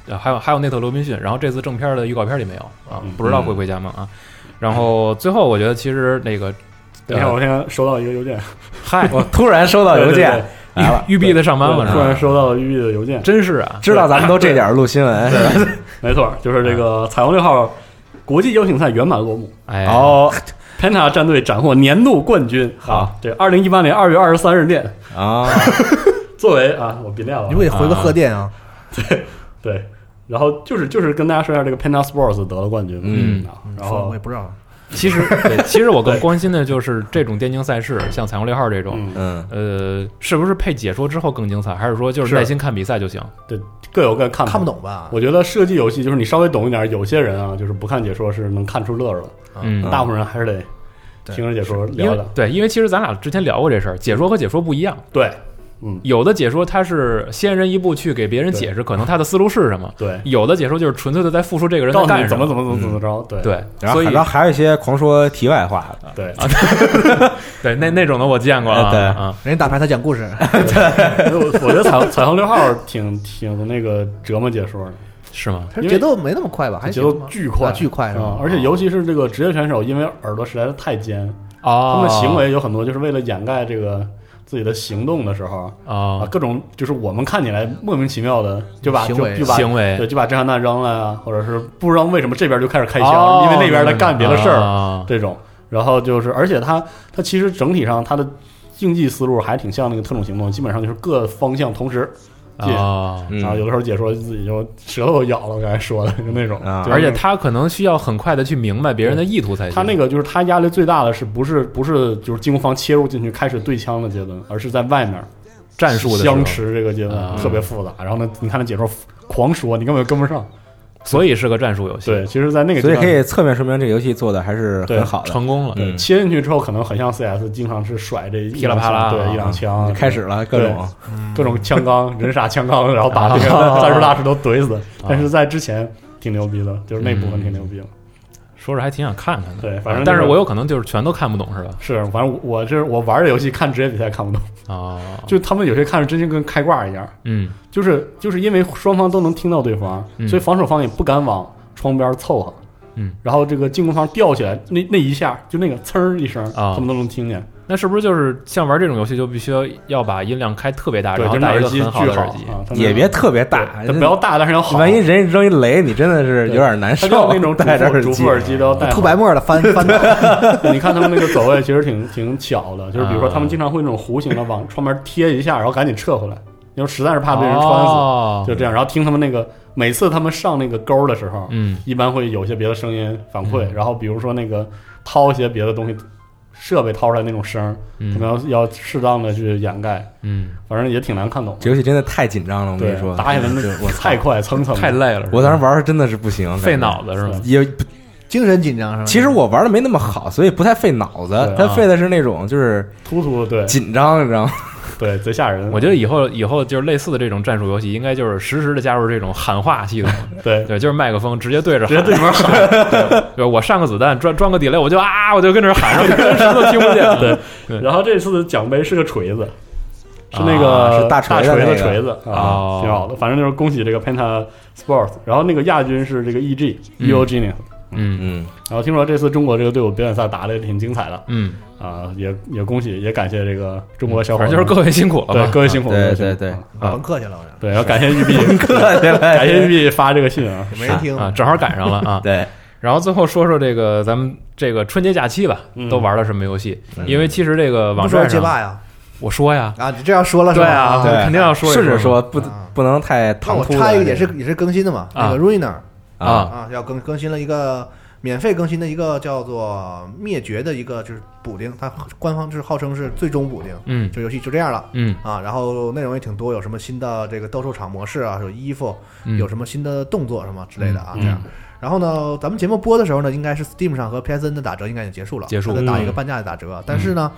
还有内特罗宾逊，然后这次正片的预告片里没有啊，不知道会不会加盟啊。然后最后我觉得其实那个， 等一下我现在收到一个邮件， 嗨， 我突然收到邮件。来了， 育碧的上班了， 突然收到了育碧的邮件， 真是啊， 知道咱们都这点录新闻，是吧？ 没错，就是这个彩虹6号国际邀请赛圆满落幕。 哎， Penta 战队斩获年度冠军。好，这2018年2月23日电啊， 作为啊，我别念了， 你不得回个贺电啊？ 对，然后就是跟大家说一下，这个 Penta Sports 得了冠军。然后我也不知道。 其实我更关心的就是这种电竞赛事，像彩虹6号这种，是不是配解说之后更精彩，还是说就是耐心看比赛就行？对， 各有各看不懂吧？ 我觉得射击游戏就是你稍微懂一点，有些人啊，就是不看解说是能看出乐了。大部分人还是得听着解说聊聊。 对，因为其实咱俩之前聊过这事儿，解说和解说不一样。 对。 有的解说他是先人一步去给别人解释，可能他的思路是什么。 对， 有的解说就是纯粹的在复述这个人在干什么，怎么着。 对， 所以还有一些狂说题外话的。 对对，那种的我见过啊。 对啊， 人家打牌他讲故事。 对，我觉得彩虹6号挺那个折磨解说的。 是吗？ 他节奏没那么快吧？还节奏巨快， 巨快是吧？ 而且尤其是这个职业选手，因为耳朵实在是太尖，他们的行为有很多就是为了掩盖这个自己的行动的时候各种就是我们看起来莫名其妙的就把行为对就把震撼弹扔了呀，或者是不知道为什么这边就开始开枪，因为那边在干别的事儿这种。然后就是而且他其实整体上他的竞技思路还挺像那个特种行动，基本上就是各方向同时然后有的时候解说自己就舌头咬了，我刚才说的就那种而且他可能需要很快的去明白别人的意图才行。 他那个就是他压力最大的是不是就是进攻方切入进去开始对枪的阶段，而是在外面战术的相持这个阶段特别复杂。然后呢，你看他解说狂说，你根本跟不上。 所以是个战术游戏。 对，其实，在那个所以可以侧面说明这个游戏做的还是很好的， 成功了。 对，切进去之后可能很像 CS， 经常是甩这噼里啪啦， 对一两枪， 开始了各种枪钢，人傻枪钢，然后把这个战术大师都怼死。但是在之前挺牛逼的，就是那部分挺牛逼的。 说着还挺想看看的， 对，反正但是我有可能就是全都看不懂，是吧？ 是，反正我玩的游戏看职业比赛看不懂就他们有些看着真心跟开挂一样，就是因为双方都能听到对方，所以防守方也不敢往窗边凑合，然后这个进攻方吊起来那一下，就那个呲一声，他们都能听见。 那是不是就是像玩这种游戏就必须要把音量开特别大，然后戴一个很好的耳机， 也别特别大， 不要大，但是要好。 万一人扔一雷，你真的是有点难受。 那种戴着主副耳机都要戴涂白沫的翻倒。 你看他们那个走位其实挺巧的，就是比如说他们经常会那种弧形的往窗边贴一下，然后赶紧撤回来，因为实在是怕被人穿死，就这样。然后听他们那个每次他们上那个钩的时候，一般会有些别的声音反馈，然后比如说那个掏一些别的东西。设备掏出来那种声，可能要适当的去掩盖，反正也挺难看懂。 这游戏真的太紧张了，我跟你说， 打起来我太快，蹭太累了。 我当时玩的真的是不行， 费脑子是吧？ 也精神紧张是吧？ 其实我玩的没那么好，所以不太费脑子，它费的是那种就是突对紧张，你知道吗？ 对，贼吓人。 我觉得以后就是类似的这种战术游戏，应该就是实时的加入这种喊话系统。 对， 就是麦克风直接对着直接对面喊。 对，我上个子弹装个地雷，我就跟这喊，然后真实都听不见。 对。然后这次的奖杯是个锤子，是那个是大锤的锤子啊，挺好的。反正就是恭喜这个 Penta Sports， 然后那个亚军是这个 EG Genius。然后听说这次中国这个队伍表演赛打得也挺精彩的，也恭喜，也感谢这个中国小伙伴， 就是各位辛苦了， 对，各位辛苦了， 对， 甭客气了， 对，要感谢玉碧， 感谢玉碧发这个信啊， 没人听啊，正好赶上了啊， 对。 然后最后说说这个咱们这个春节假期吧，都玩了什么游戏？因为其实这个网站上街霸呀， 我说呀， 你这样说了是吧？ 对啊，肯定要说， 顺着说，不能太唐突。 我插一个也是更新的嘛，那个 Ruiner 要更新了一个。免费更新的一个叫做灭绝的一个就是补丁，它官方就是号称是最终补丁，这游戏就这样了，然后内容也挺多，有什么新的这个斗兽场模式啊，有衣服，有什么新的动作什么之类的啊，这样。然后呢，咱们节目播的时候呢，应该是 Steam 上和 PSN 的打折应该已经结束了，再打一个半价的打折。但是呢，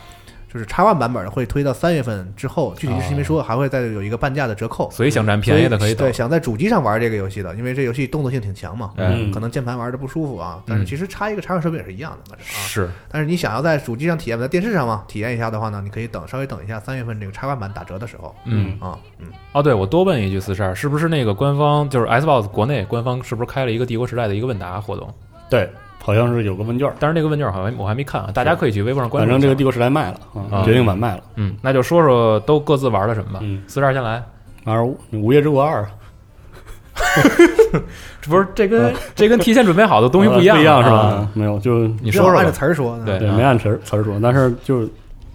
就是 X1 版本会推到3月份之后，具体日期没说，还会再有一个半价的折扣， 所以想占便宜的可以等。 对，想在主机上玩这个游戏的，因为这游戏动作性挺强嘛，可能键盘玩的不舒服啊，但是其实插一个X1手柄也是一样的， 是。 但是你想要在主机上体验，在电视上嘛体验一下的话呢，你可以稍微等一下3月份这个X1版打折的时候。 哦，对，我多问一句，42是不是那个官方就是 Xbox 国内官方是不是开了一个帝国时代的一个问答活动？ 对。好像是有个问卷， 但是那个问卷好像我还没看啊，大家可以去微博上关注。 反正这个帝国时代卖了决定版卖了。 那就说说都各自玩了什么吧。42先来， 玩《午夜之国2》。 这不是这跟提前准备好的东西不一样， 不一样是吧？没有，就你说说按着词儿说， 对， 没按词儿说，但是就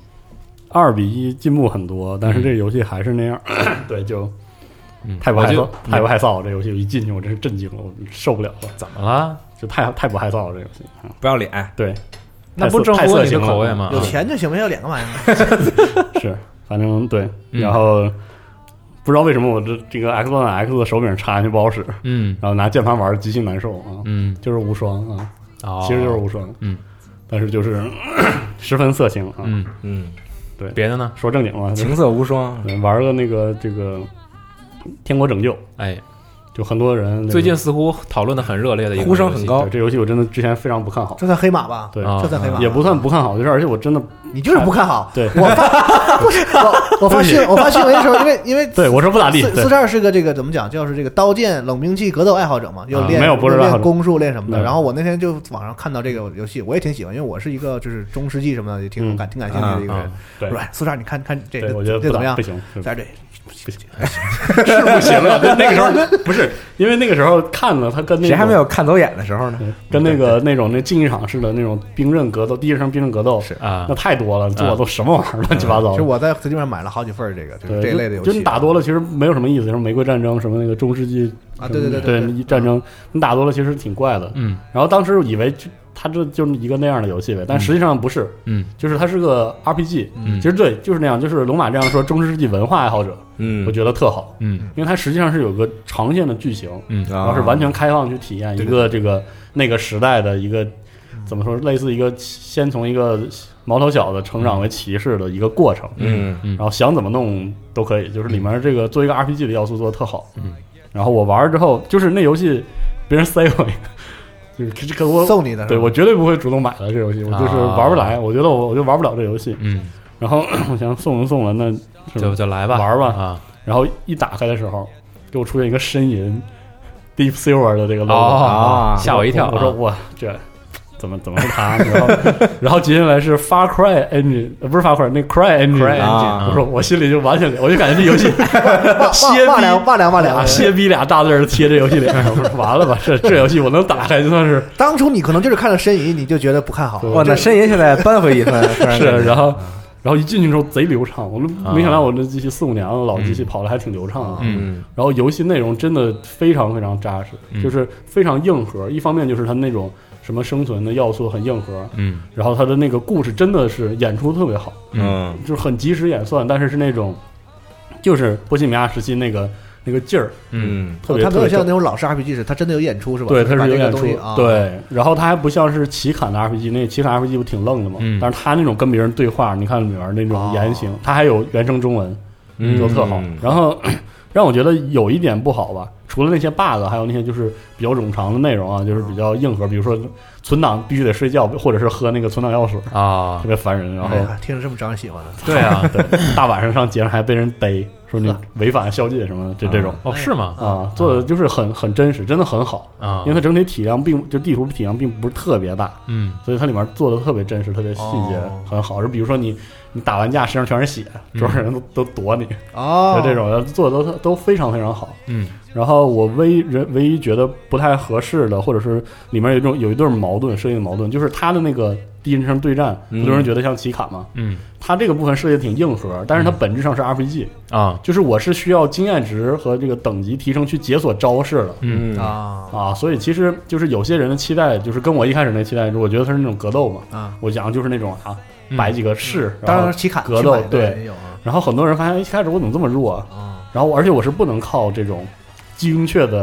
2-1进步很多，但是这个游戏还是那样，对，就太不害臊，这游戏我一进去我真是震惊了，我受不了了。 怎么了？ 就太不害臊了，这游戏不要脸， 对， 那不正合你的口味吗？ 有钱就行，没有脸干嘛呀？ 是，反正对，然后不知道为什么我这个 Xbox X 的手柄插进去不好使，然后拿键盘玩极其难受啊，就是无双啊，其实就是无双，但是就是十分色情啊，对， 别的呢？ 说正经嘛， 情色无双， 玩个那个这个天国拯救， 哎。 就很多人最近似乎讨论的很热烈的一个呼声很高， 这游戏我真的之前非常不看好， 这算黑马吧？ 对， 这算黑马， 也不算不看好，就是而且我真的你就是不看好。 对， 我发新闻的时候，因为对我说不咋地。 42是个这个怎么讲，就是这个刀剑冷兵器格斗爱好者嘛，又练没有不是练攻术练什么的。然后我那天就网上看到这个游戏，我也挺喜欢，因为我是一个就是中世纪什么的也挺感兴趣的一个人。 对 ，42你看这我觉得这怎么样？ 不行， 在这。 不行，是不行啊！那个时候不是因为那个时候看了他跟那谁还没有看走眼的时候呢？ 跟那种竞技场式的那种兵刃格斗，第一人兵刃格斗是啊， 那太多了，做都什么玩意儿乱七八糟。 其实我在 Steam 上买了好几份这个就是这类的游戏， 就你打多了其实没有什么意思，什么玫瑰战争，什么那个中世纪啊，对战争，你打多了其实挺怪的。然后当时以为它这就是一个那样的游戏呗，但实际上不是，就是它是个 RPG，其实对，就是那样，就是龙马这样说中世纪文化爱好者，我觉得特好，因为它实际上是有个长线的剧情，然后是完全开放去体验一个这个那个时代的一个怎么说，类似一个先从一个毛头小子成长为骑士的一个过程，然后想怎么弄都可以，就是里面这个做一个 RPG 的要素做得特好，然后我玩之后，就是那游戏别人塞我一个。就是跟我送你的， 对我绝对不会主动买的这游戏，我就是玩不来，我觉得我就玩不了这游戏。然后我想送了，那就来吧， 玩吧啊！然后一打开的时候，给我出现一个呻吟 Deep Silver 的这个 logo， 吓我一跳。 我说哇，这怎么是他？然后接下来是 Far Cry Engine， 不是 Far Cry， 那 Cry Engine， 我说我心里就完全，我就感觉这游戏骂两歇逼俩大字贴这游戏脸上，我说完了吧，这游戏我能打开就算是。 当初你可能就是看了呻吟，你就觉得不看好。 哇，那呻吟现在扳回一分， 是，然后一进去之后贼流畅，我没想到我这机器4-5年了，老机器跑的还挺流畅的。然后游戏内容真的非常非常扎实，就是非常硬核。一方面就是它那种什么生存的要素很硬核，然后它的那个故事真的是演出特别好，就是很及时演算，但是那种就是波西米亚时期那个劲儿，特别它没有像那种老式 RPG 是，它真的有演出是吧？ 对，它是有演出，对。 啊、 然后它还不像是棋砍的 RPG， 那棋砍 RPG 不挺愣的嘛？但是它那种跟别人对话，你看里面那种言行，它还有原声中文，都特好。然后让我觉得有一点不好吧，除了那些 bug， 还有那些就是比较冗长的内容啊，就是比较硬核，比如说存档必须得睡觉，或者是喝那个存档药水啊，特别烦人。然后听着这么招人喜欢的， 对啊，对，大晚上上街上还被人逮。说你违反宵禁什么的，这种哦是吗？ 啊，做的就是很真实，真的很好啊。因为它整体体量就地图体量并不是特别大，所以它里面做的特别真实，特别细节很好。就比如说你打完架身上全是血，桌上人都躲你就这种做的都非常非常好。然后我唯一觉得不太合适的，或者是里面有一对矛盾设计的矛盾，就是它的那个第一人称对战，很多人觉得像棋卡嘛，它这个部分设计挺硬核，但是它本质上是 RPG 啊，就是我是需要经验值和这个等级提升去解锁招式的，所以其实就是有些人的期待，就是跟我一开始那期待，我觉得它是那种格斗嘛，我讲的就是那种摆几个士， 当然棋卡格斗对，然后很多人发现一开始我怎么这么弱啊，然后而且我是不能靠这种精确的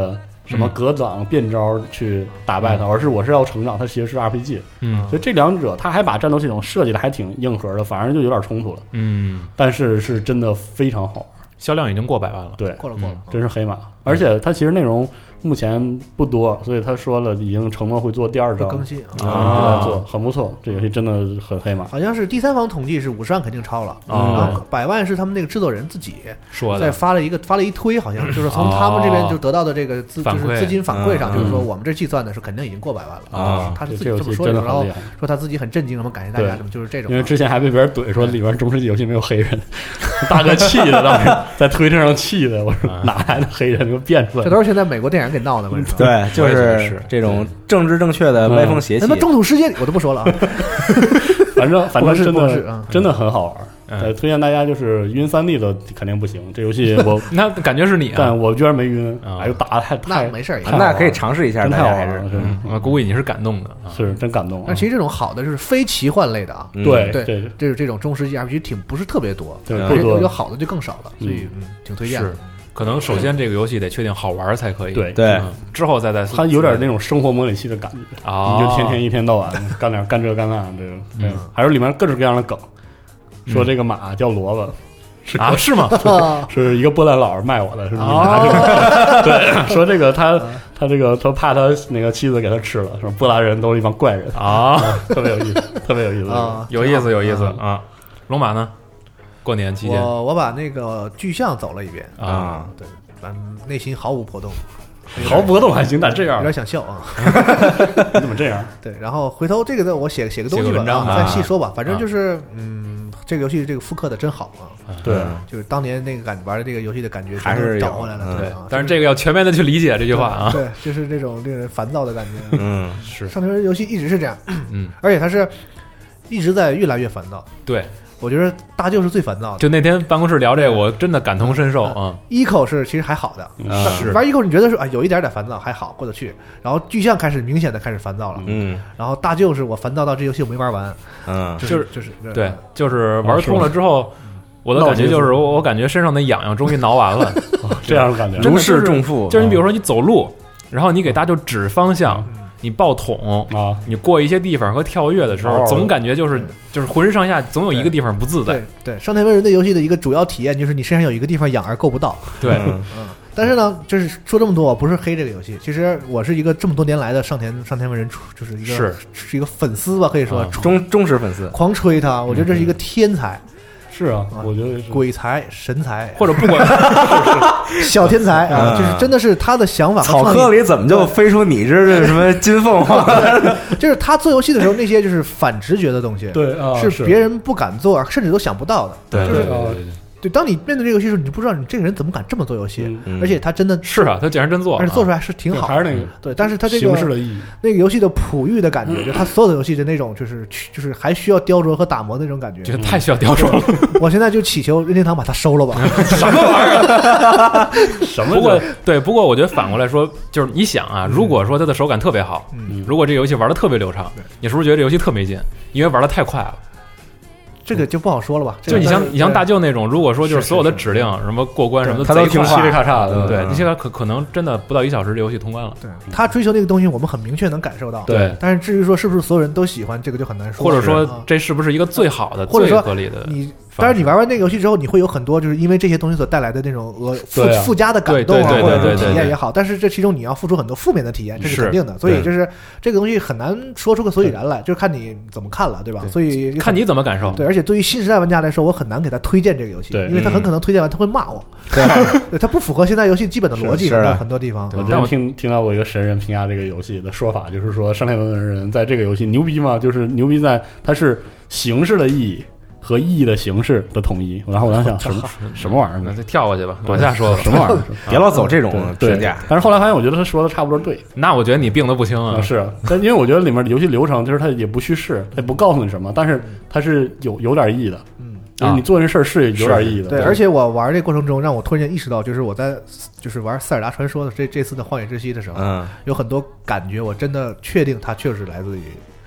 什么格挡变招去打败他，而是我是要成长，他其实是 RPG。所以这两者他还把战斗系统设计的还挺硬核的，反而就有点冲突了。但是是真的非常好玩， 销量已经过100万了。 对，过了， 真是黑马。而且它其实内容目前不多，所以他说了已经承诺会做第2章更新做很不错。这游戏真的很黑马， 好像是第三方统计是50万肯定超了，然后100万是他们那个制作人自己说的， 再发了一推，好像就是从他们这边就得到的这个就是资金反馈上，就是说我们这计算的是肯定已经过100万了他是自己这么说的，然后说他自己很震惊，什么感谢大家，什么就是这种。 因为之前还被别人怼说里边中世纪游戏没有黑人，大哥气的，当时在推特上气的，我说哪来的黑人给我变出来？ 这都是现在美国电影给闹的， 对，就是这种政治正确的歪风邪气。 什么中土世界我都不说了啊， 反正真的很好玩。推荐大家就是晕3D 的肯定不行，这游戏我那感觉是你， 但我居然没晕，哎呦打的太没事， 那可以尝试一下， 真太好玩了， 我估计你是感动的， 是真感动。 但其实这种好的就是非奇幻类的啊， 对， 就是这种中世纪 RPG 不是特别多， 对， 有好的就更少了，所以挺推荐的。 可能首先这个游戏得确定好玩才可以， 对， 之后再它有点那种生活模拟器的感觉你就天天一天到晚干这干那，这个还有里面各种各样的梗，说这个马叫萝卜。 是吗？ 是一个波兰老卖我的，是对，说这个他怕他那个妻子给他吃了，说波兰人都是一帮怪人特别有意思，特别有意思有意思啊！龙马呢？过年期间， 我把那个巨像走了一遍对，内心毫无波动。 毫波动还行，但这样有点想笑啊！ 你怎么这样？ 对，然后回头这个我写个东西吧，再细说吧。反正就是这个游戏这个复刻的真好对， 就是当年那个玩的这个游戏的感觉还是找回来了。对， 但是这个要全面的去理解这句话啊。 对，就是这种令人烦躁的感觉。 是上天文游戏一直是这样。而且它是一直在越来越烦躁。 对。 我觉得大舅是最烦躁的。 就那天办公室聊这个，我真的感同身受啊。 Eco 是其实还好的， 是玩 Eco 你觉得是有一点烦躁还好过得去，然后巨像明显的开始烦躁了，然后大舅是我烦躁到这游戏我没玩完，就是对，就是玩通了之后，我的感觉就是我感觉身上的痒痒终于挠完了， 这样的感觉如释重负。 就是你比如说你走路，然后你给大舅指方向。你抱桶你过一些地方和跳跃的时候，总感觉就是浑身上下总有一个地方不自在。 对，上天文人的游戏的一个主要体验就是你身上有一个地方痒而够不到。 对， 但是呢，就是说这么多，我不是黑这个游戏，其实我是一个这么多年来的上天文人，就是一个粉丝吧，可以说忠实粉丝， 狂吹他，我觉得这是一个天才。 是啊，我觉得鬼才、神才， 或者不管小天才就是真的是他的想法。 草窠里怎么就飞出你这什么金凤凰？ 就是他做游戏的时候，那些就是反直觉的东西， 对是别人不敢做，甚至都想不到的。对，当你面对这个游戏的时候，你就不知道你这个人怎么敢这么做游戏，而且他真的是他竟然真做， 而且做出来是挺好， 还是那个对，但是他这个形式的意义， 那个游戏的璞玉的感觉，就他所有的游戏的那种，就是还需要雕琢和打磨的那种感觉， 这太需要雕琢了。 我现在就祈求任天堂把它收了吧。 什么玩意儿？ 什么？ 不过我觉得反过来说，就是你想啊，如果说它的手感特别好，如果这个游戏玩的特别流畅，你是不是觉得这游戏特没劲？因为玩的太快了。 这个就不好说了吧。 就你像大舅那种，如果说就是所有的指令什么过关什么的， 他都听嘁哩咔嚓的，对，那些可能真的不到1小时，这游戏通关了。 对，他追求那个东西，我们很明确能感受到。 对， 但是至于说是不是所有人都喜欢，这个就很难说。 或者说这是不是一个最好的、 或者说最合理的？ 当然，你玩完那个游戏之后，你会有很多就是因为这些东西所带来的那种附加的感动或者说体验也好，但是这其中你要付出很多负面的体验，这是肯定的。所以就是这个东西很难说出个所以然来，就是看你怎么看了，对吧？所以看你怎么感受。 对，而且对于新时代玩家来说，我很难给他推荐这个游戏，因为他很可能推荐完他会骂我，对，他不符合现在游戏基本的逻辑的很多地方。 我之前听到过一个神人评价这个游戏的说法，就是说上天文人在这个游戏牛逼嘛，就是牛逼在它是形式的意义和意义的形式的统一。然后我在想什么玩意儿？ 那就跳过去吧，往下说什么玩意儿？ 别老走这种评价。 但是后来发现，我觉得他说的差不多对。 那我觉得你病得不轻啊。 是，但因为我觉得里面的游戏流程就是它也不叙事，它也不告诉你什么，但是它是有点意义的。就是你做这事儿是有点意义的。 对，而且我玩这过程中，让我突然间意识到，就是我在玩塞尔达传说的这次的荒野之息的时候，有很多感觉，我真的确定它确实来自于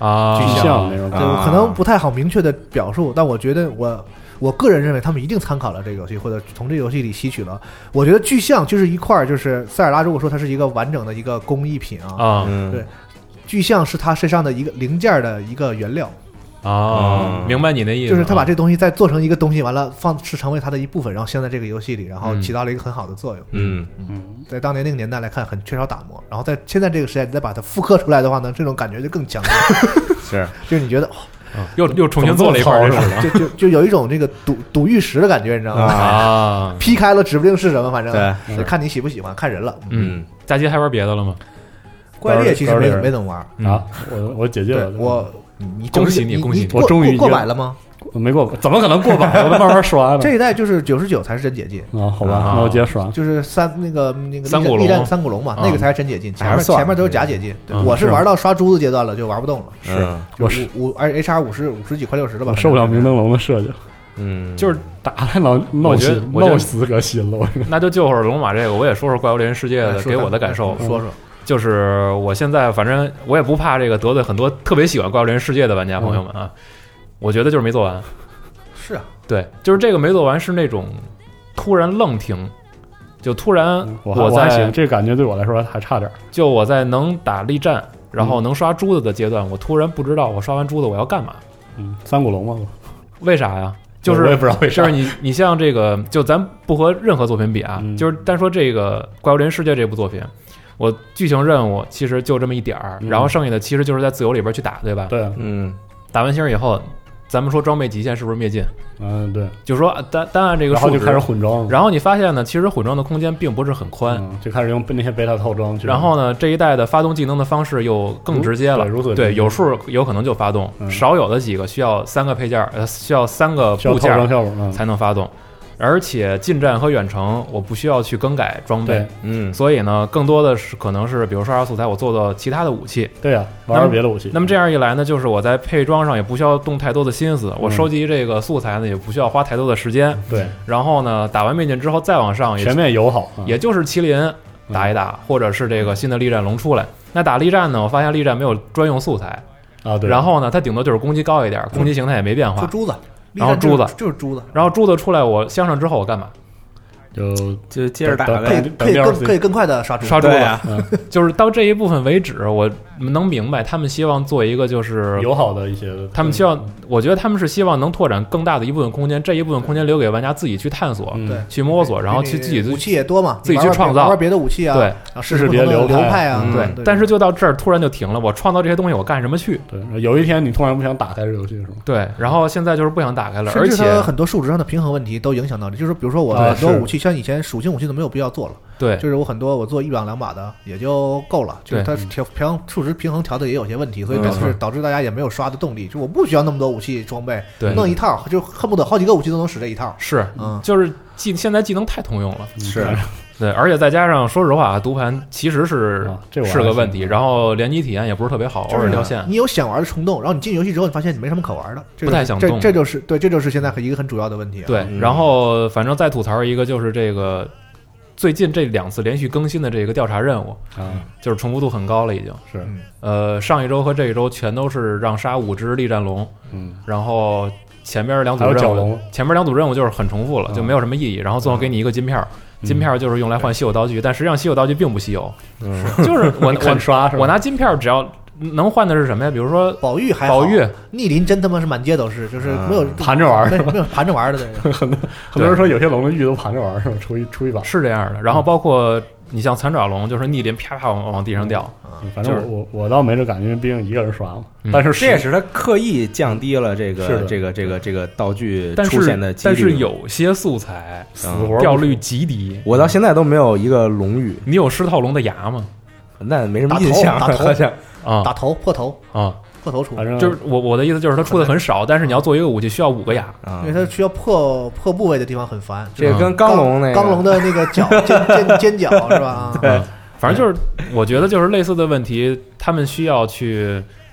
啊， 具象那种， 可能不太好明确的表述，但我觉得我个人认为他们一定参考了这个游戏，或者从这个游戏里吸取了。我觉得具象就是一块，就是塞尔达如果说它是一个完整的一个工艺品啊，对，具象是它身上的一个零件的一个原料。 明白你的意思， 就是他把这东西再做成一个东西，完了是成为它的一部分，然后镶在这个游戏里，然后起到了一个很好的作用。在当年那个年代来看，很缺少打磨，然后在现在这个时代，你再把它复刻出来的话呢，这种感觉就更强烈。 是， 就是你觉得又重新做了一块是吧？就有一种这个赌玉石的感觉，你知道吗？ 啊， 劈开了指不定是什么，反正对， 看你喜不喜欢，看人了。 佳琪还玩别的了吗？ 怪猎其实没怎么玩啊，我解决了， 你恭喜你，恭喜你！ 我终于过百了吗？ 没过，怎么可能过百？我都慢慢刷呢。 这一代就是99才是真解禁啊，好吧，那我接着刷。 就是那个三古龙， 三古龙嘛，那个才是真解禁，前面都是假解禁。我是玩到刷珠子阶段了，就玩不动了。 是， 我是HR 50几快60了吧？ 受不了明灯笼的设计。 就是打太闹死个心了。 那就会儿龙马这个，我也说说怪物猎人世界的给我的感受， 说。 就是我现在反正我也不怕这个得罪很多特别喜欢怪物猎人世界的玩家朋友们啊，我觉得就是没做完。 是啊， 对，就是这个没做完是那种突然愣停，就突然我在这个感觉对我来说还差点。 就我在能打力战，然后能刷珠子的阶段，我突然不知道我刷完珠子我要干嘛。 三古龙吗？ 为啥呀？就是我也不知道为啥。 就是你像这个，就咱不和任何作品比啊，就是单说这个怪物猎人世界这部作品。我剧情任务其实就这么一点儿，然后剩下的其实就是在自由里边去打，对吧？ 对， 打完星以后，咱们说装备极限是不是灭尽？ 对， 就说单按这个数值， 然后就开始混装， 然后你发现呢，其实混装的空间并不是很宽， 就开始用那些贝塔套装。 然后呢，这一代的发动技能的方式又更直接了，对，有数有可能就发动，少有的几个需要3个配件，需要3个部件才能发动。而且近战和远程我不需要去更改装备，所以呢，更多的是可能是比如刷素材，我做其他的武器， 对呀，玩别的武器。 那么这样一来呢，就是我在配装上也不需要动太多的心思，我收集这个素材呢也不需要花太多的时间， 对。 然后呢，打完灭尽之后再往上全面友好， 也就是麒麟打一打，或者是这个新的力战龙出来。那打力战呢，我发现力战没有专用素材啊，对。 然后呢，它顶多就是攻击高一点，攻击形态也没变化， 就珠子。 然后珠子就是珠子， 然后珠子出来，我镶上之后我干嘛？ 就接着打呗， 可以更快的刷珠子啊！就是到这一部分为止，我能明白他们希望做一个就是友好的一些， 他们希望，我觉得他们是希望能拓展更大的一部分空间，这一部分空间留给玩家自己去探索、去摸索，然后去自己武器也多嘛， 自己去创造玩别的武器啊， 对， 试试别的流派啊， 对。但是就到这儿突然就停了，我创造这些东西我干什么去？ 对，有一天你突然不想打开这游戏是吗？ 对，然后现在就是不想打开了， 而且很多数值上的平衡问题都影响到你，就是比如说我很多武器，像以前属性武器都没有必要做了。 对， 就是我很多我做1把2把的也就够了，就是它数值平衡调的也有些问题，所以导致大家也没有刷的动力。就我不需要那么多武器装备，弄一套就恨不得好几个武器都能使这一套。 是，就是现在技能太通用了， 是对，而且再加上说实话，读盘其实是个问题，然后联机体验也不是特别好，偶尔掉线。 你有想玩的冲动，然后你进游戏之后，你发现你没什么可玩的， 不太想动。 这就是现在一个很主要的问题。 对，然后反正再吐槽一个就是这个。最近这2次连续更新的这个调查任务就是重复度很高了，已经是。 上一周和这一周全都是让杀5只力战龙，然后前面2组任务就是很重复了，就没有什么意义。然后最后给你一个金片，金片就是用来换稀有道具，但实际上稀有道具并不稀有，就是我拿金片只要。能换的是什么呀？比如说宝玉还好，宝玉逆鳞真他妈是满街都是，就是没有盘着玩， 没有盘着玩的。 很多人说有些龙的玉都盘着玩，是吧？出一把是这样的。然后包括你像残爪龙，就是逆鳞啪啪往地上掉。 反正我倒没这感觉，因为毕竟一个人刷嘛。但是这也是他刻意降低了这个道具出现的几率。 但是有些素材掉率极低， 我到现在都没有一个龙玉。 你有狮头龙的牙吗？ 那没什么印象，好像。 打头破头啊， 破头出， 就是我的意思就是它出的很少，但是你要做一个武器需要5个牙， 因为它需要破部位的地方很烦。 这个跟钢龙的那个角尖角是吧？ 对，反正就是我觉得就是类似的问题，他们需要去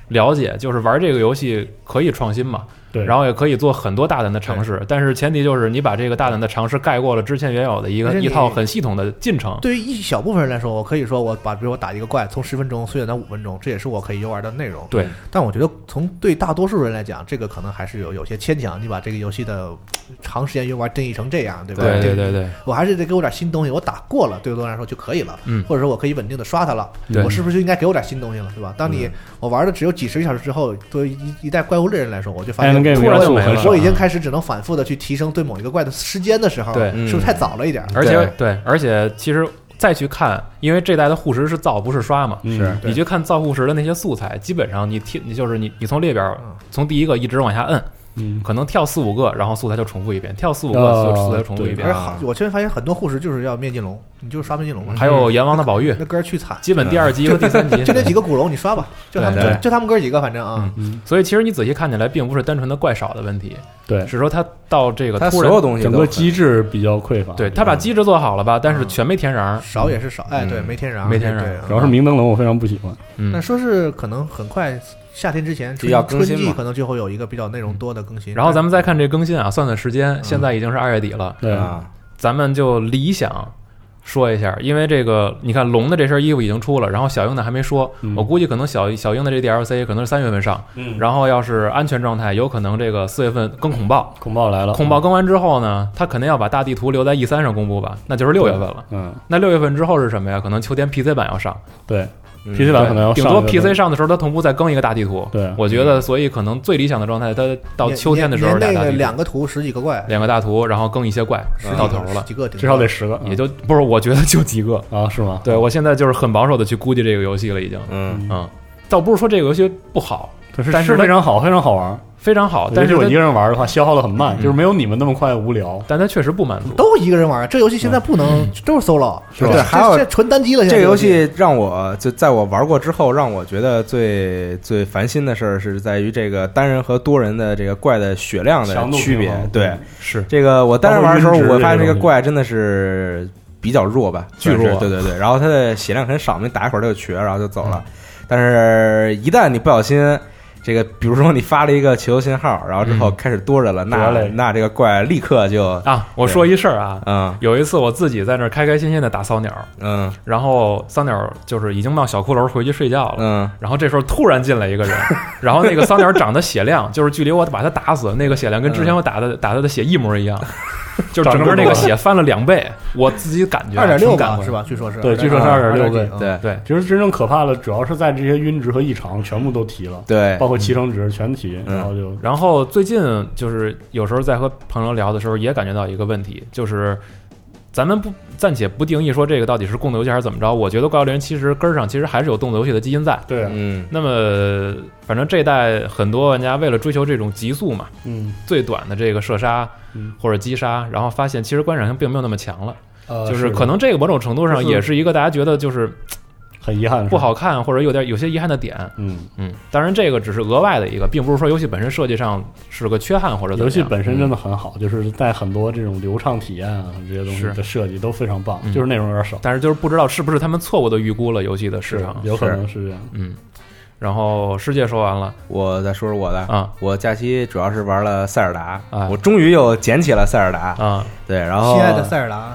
了解，就是玩这个游戏可以创新嘛。 对， 然后也可以做很多大胆的尝试，但是前提就是你把这个大胆的尝试盖过了之前原有的一套很系统的进程。 对于一小部分人来说，我可以说比如我打一个怪从10分钟缩减到5分钟，这也是我可以游玩的内容。 对， 但我觉得对大多数人来讲，这个可能还是有些牵强。你把这个游戏的长时间游玩定义成这样，对吧？ 对， 我还是得给我点新东西，我打过了，对我多人来说就可以了。或者说我可以稳定的刷它了，我是不是就应该给我点新东西了，对吧？当我玩的只有几十个小时之后，对于一代怪物猎人来说，我就发现突然就没了。 我已经开始只能反复的去提升对某一个怪的时间的时候， 对， 是不是太早了一点？ 而且其实再去看，因为这代的护石是造不是刷嘛， 是你去看造护石的那些素材，基本上你就是你从列表从第一个一直往下摁。可能跳4-5个，然后素材就重复一遍，跳4-5个素材重复一遍。 我现在发现很多护石就是要灭金龙，你就是刷灭金龙嘛。 还有阎王的宝玉， 那哥去惨， 基本第2集和第3集就那几个古龙你刷吧，就他们哥几个，反正啊。 所以其实你仔细看起来，并不是单纯的怪少的问题， 对， 是说他到这个他所有东西整个机制比较匮乏。 对他把机制做好了吧，但是全没天瓤， 少也是少，对，没天瓤， 主要是明灯笼我非常不喜欢。 但说是可能很快。夏天之前春季可能就会有一个比较内容多的更新， 然后咱们再看这更新啊，算算时间，现在已经是2月底了， 对啊， 咱们就理想说一下，因为这个你看龙的这身衣服已经出了，然后小樱的还没说，我估计可能小樱的这 DLC 可能是3月份上，然后要是安全状态，有可能这个4月份更恐爆来了， 恐爆更完之后呢，他肯定要把大地图留在 E3 上公布吧，那就是6月份了，那6月份之后是什么呀？可能秋天 PC 版要上， 对。PC 版可能要顶多 PC 上的时候，它同步再更一个大地图。 对， 我觉得，所以可能最理想的状态，它到秋天的时候 2个图10几个怪 ，2个大图，然后更一些怪，到头了， 几个至少得10个， 也就不是，我觉得就几个啊，是吗？ 对，我现在就是很保守的去估计这个游戏了，已经，倒不是说这个游戏不好，但是非常好，非常好玩。 非常好，但是我一个人玩的话，消耗的很慢，就是没有你们那么快无聊。 但它确实不满足， 都一个人玩。这游戏现在不能都是 solo， 对，还有纯单机了。 这个游戏让我就在我玩过之后，让我觉得最烦心的事儿是在于这个单人和多人的这个怪的血量的区别。对， 是这个我单人玩的时候，我发现这个怪真的是比较弱吧， 巨弱。 对，然后它的血量很少，你打一会儿它就瘸，然后就走了。但是一旦你不小心。这个，比如说你发了一个求救信号，然后之后开始多人了，那这个怪立刻就啊！我说一事儿啊，有一次我自己在那儿开开心心的打骚鸟，然后骚鸟就是已经冒小骷髅回去睡觉了，然后这时候突然进来一个人，然后那个骚鸟长的血量就是距离我把它打死那个血量跟之前我打它的血一模一样。就整个那个血翻了2倍，我自己感觉 2.6吧，是吧？据说是对，据说是2.6倍。 对， 其实真正可怕的主要是在这些晕值和异常全部都提了， 对， 包括骑乘值全提， 然后最近就是有时候在和朋友聊的时候也感觉到一个问题，就是咱们暂且不定义说这个到底是共斗游戏还是怎么着，我觉得怪物猎人其实根儿上其实还是有动作游戏的基因在。 对， 那么反正这一代很多玩家为了追求这种极速嘛，最短的这个射杀或者击杀，然后发现其实观赏性并没有那么强了，就是可能这个某种程度上也是一个大家觉得就是很遗憾不好看或者有些遗憾的点。当然这个只是额外的一个，并不是说游戏本身设计上是个缺憾或者怎么样。 游戏本身真的很好，就是在很多这种流畅体验啊这些东西的设计都非常棒，就是内容有点少， 但是就是不知道是不是他们错误的预估了游戏的市场， 有可能是这样。 然后世界说完了， 我再说说我的啊。 我假期主要是玩了塞尔达，我终于又捡起了塞尔达啊。 对，然后心爱的塞尔达，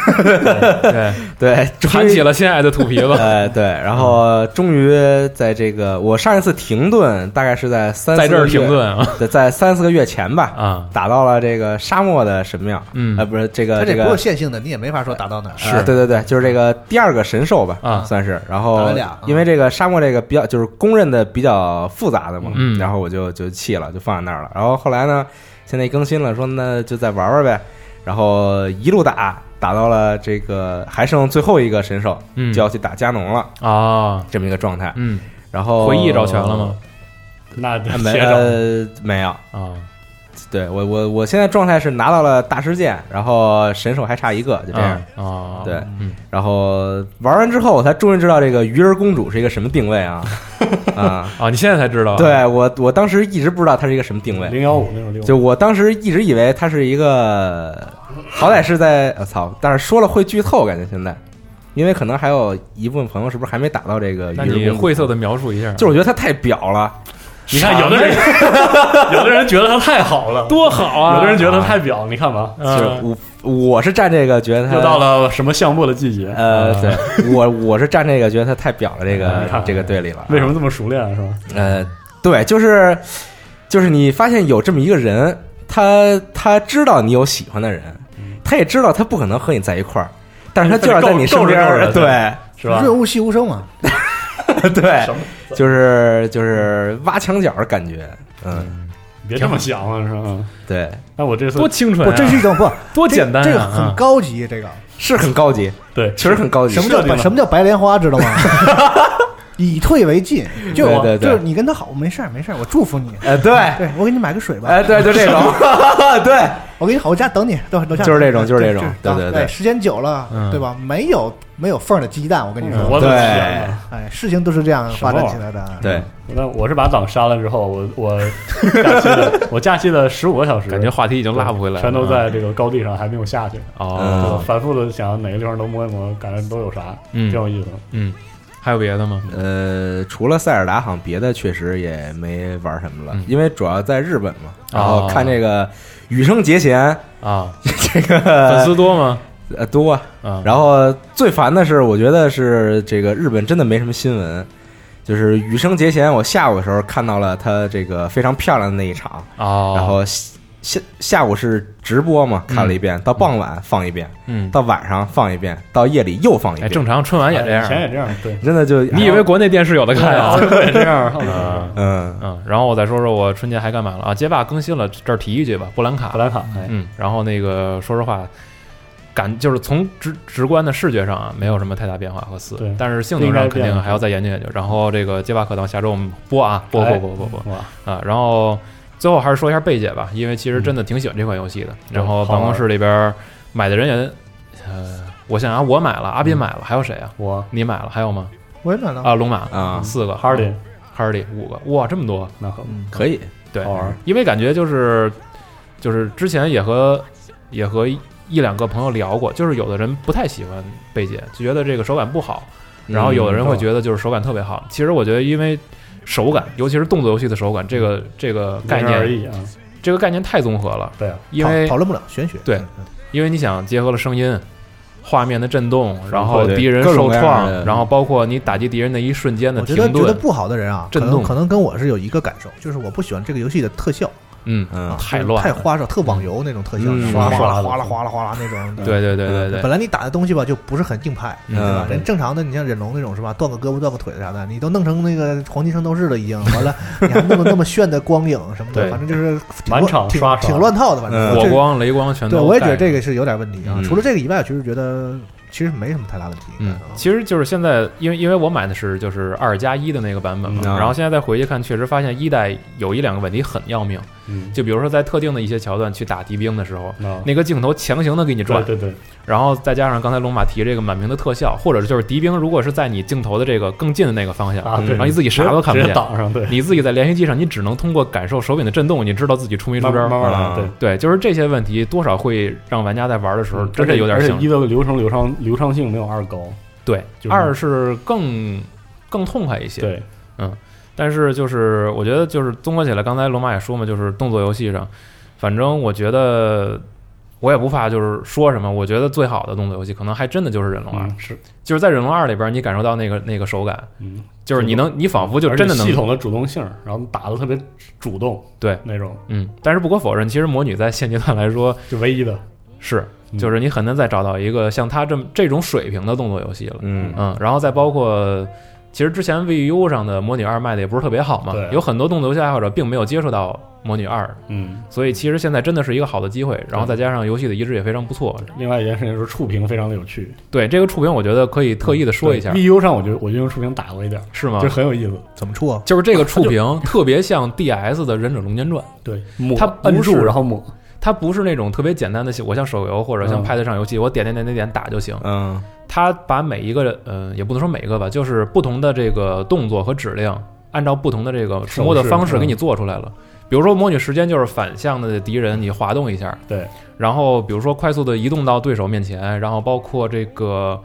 对， 弹起了心爱的土皮子。 对，然后终于在这个我上一次停顿大概是在在这儿停顿啊， 对，在3-4个月前吧啊， 打到了这个沙漠的神庙，不是这个它这不是线性的，你也没法说打到哪儿。 是，对，就是这个第2个神兽吧，算是。然后因为这个沙漠这个比较就是公认的比较复杂的嘛，然后我就弃了，就放在那儿了。然后后来呢，现在一更新了，说那就再玩玩呗。然后一路打到了这个还剩最后一个神兽，就要去打加农了啊，这么一个状态。然后回忆找全了吗？ 那没有啊。 对我现在状态是拿到了大师剑，然后神兽还差1个，就这样啊。 对，然后玩完之后，我才终于知道这个鱼儿公主是一个什么定位啊你现在才知道？ 对我当时一直不知道它是一个什么定位 ，015那种定位。 就我当时一直以为它是一个，好歹是在但是说了会剧透，感觉现在因为可能还有一部分朋友是不是还没打到这个？ 那你晦涩的描述一下。 就是我觉得它太表了。 你看，有的人觉得它太好了， 多好啊！ 有的人觉得它太表，你看吧。 我是站这个，觉得它又到了什么项目的季节？ 对，我是站这个，觉得它太表了，这个队里了。 为什么这么熟练是吧？ 对，就是你发现有这么一个人，他知道你有喜欢的人，他也知道他不可能和你在一块儿，但是他就要在你身边，对， 是吧？润物细无声嘛。 对，就是挖墙脚的感觉， 别这么想了，是吧？ 对， 那我这次多清纯， 这是一种多简单， 这个很高级，这个是很高级， 对， 确实很高级。 什么叫白莲花，知道吗？以退为进，就是你跟他好，没事，我祝福你。对，我给你买个水吧。 对，就这种。对， 我给你好，我家等你。 就是这种。对， 时间久了，对吧？没有缝的鸡蛋，我跟你说。 对， 事情都是这样发展起来的。 对， 那我是把档删了之后，我假期的15个小时， 感觉话题已经拉不回来了， 全都在这个高地上，还没有下去。 反复的想哪个地方都摸一摸，感觉都有啥，挺有意思。 还有别的吗？ 除了塞尔达，好像别的确实也没玩什么了，因为主要在日本嘛，然后看这个羽生结弦啊， 这个粉丝多吗？ 多啊。然后最烦的是，我觉得是这个日本真的没什么新闻，就是羽生结弦，我下午的时候看到了他这个非常漂亮的那一场然后下午是直播嘛，看了一遍，到傍晚放一遍，到晚上放一遍，到夜里又放一遍。 正常春晚也这样， 以前也这样，对， 真的就你以为国内电视有的看啊？ 对，这样。 然后我再说说我春节还干嘛了啊？街霸更新了，这儿提一句吧，布兰卡，然后那个说实话，就是从直观的视觉上啊，没有什么太大变化和4，但是性能上肯定还要再研究研究。然后这个街霸课堂下周我们播啊，播啊，然后。最后还是说一下贝姐吧，因为其实真的挺喜欢这款游戏的。然后办公室里边买的人也，我想我买了，阿斌买了，还有谁啊？你买了，还有吗？ 我也买了啊，龙马啊，4个 ，Hardy 5个，哇，这么多， 那可以， 对，因为感觉就是之前也和一两个朋友聊过，就是有的人不太喜欢贝姐，就觉得这个手感不好，然后有的人会觉得就是手感特别好。其实我觉得因为手感，尤其是动作游戏的手感，这个概念，这个概念太综合了。 对， 因为讨论不了玄学。 对，因为你想结合了声音、画面的震动，然后敌人受创，然后包括你打击敌人的一瞬间的停顿。 我觉得不好的人啊， 震动可能跟我是有一个感受，就是我不喜欢这个游戏的特效。 太乱， 太花哨，特网游那种特效，哗啦那种。 对。 本来你打的东西吧，就不是很硬派，对吧？人正常的，你像忍龙那种是吧，断个胳膊断个腿啥的，你都弄成那个黄金圣斗士了，已经完了，你还弄那么炫的光影什么的，反正就是满场刷挺乱套的，反正火光、雷光全都。 对，我也觉得这个是有点问题啊。除了这个以外，其实觉得。其实没什么太大问题。 其实就是现在，因为我买的是就是2+1的那个版本嘛，然后现在再回去看，确实发现1代有1-2个问题很要命。就比如说在特定的一些桥段去打敌兵的时候，那个镜头强行的给你转， 对， 然后再加上刚才龙马提这个满屏的特效，或者就是敌兵如果是在你镜头的这个更近的那个方向，然后你自己啥都看不见， 挡上，对， 你自己在连续机上，你只能通过感受手柄的震动，你知道自己出没出招。 慢慢对，就是这些问题多少会让玩家在玩的时候真的有点像。 一的流畅性没有2高， 对，2是更痛快一些。 对， 但是就是我觉得就是综合起来，刚才龙马也说嘛，就是动作游戏上，反正我觉得我也不怕就是说什么，我觉得最好的动作游戏可能还真的就是忍龙2，就是在忍龙2里边你感受到那个手感，就是你仿佛就真的能系统的主动性，然后打得特别主动， 对那种， 但是不可否认，其实魔女在现阶段来说就唯一的是。就是你很难再找到一个像它这种水平的动作游戏了，然后再包括，其实之前 VU 上的魔女2卖的也不是特别好嘛，有很多动作游戏爱好者并没有接触到魔女2，所以其实现在真的是一个好的机会，然后再加上游戏的移植也非常不错。 另外一件事情是触屏非常的有趣， 对这个触屏我觉得可以特意的说一下。 VU 上我就用触屏打过一点， 是吗？ 就很有意思。 怎么触啊？ 就是这个触屏特别像 DS 的忍者龙剑传， 对， 它摁住然后抹。 它不是那种特别简单的，我像手游或者像 Pad 上游戏，我点打就行。它把每一个也不能说每一个吧，就是不同的这个动作和指令，按照不同的这个触摸的方式给你做出来了。比如说魔女时间就是反向的敌人，你滑动一下， 对。 然后比如说快速的移动到对手面前，然后包括这个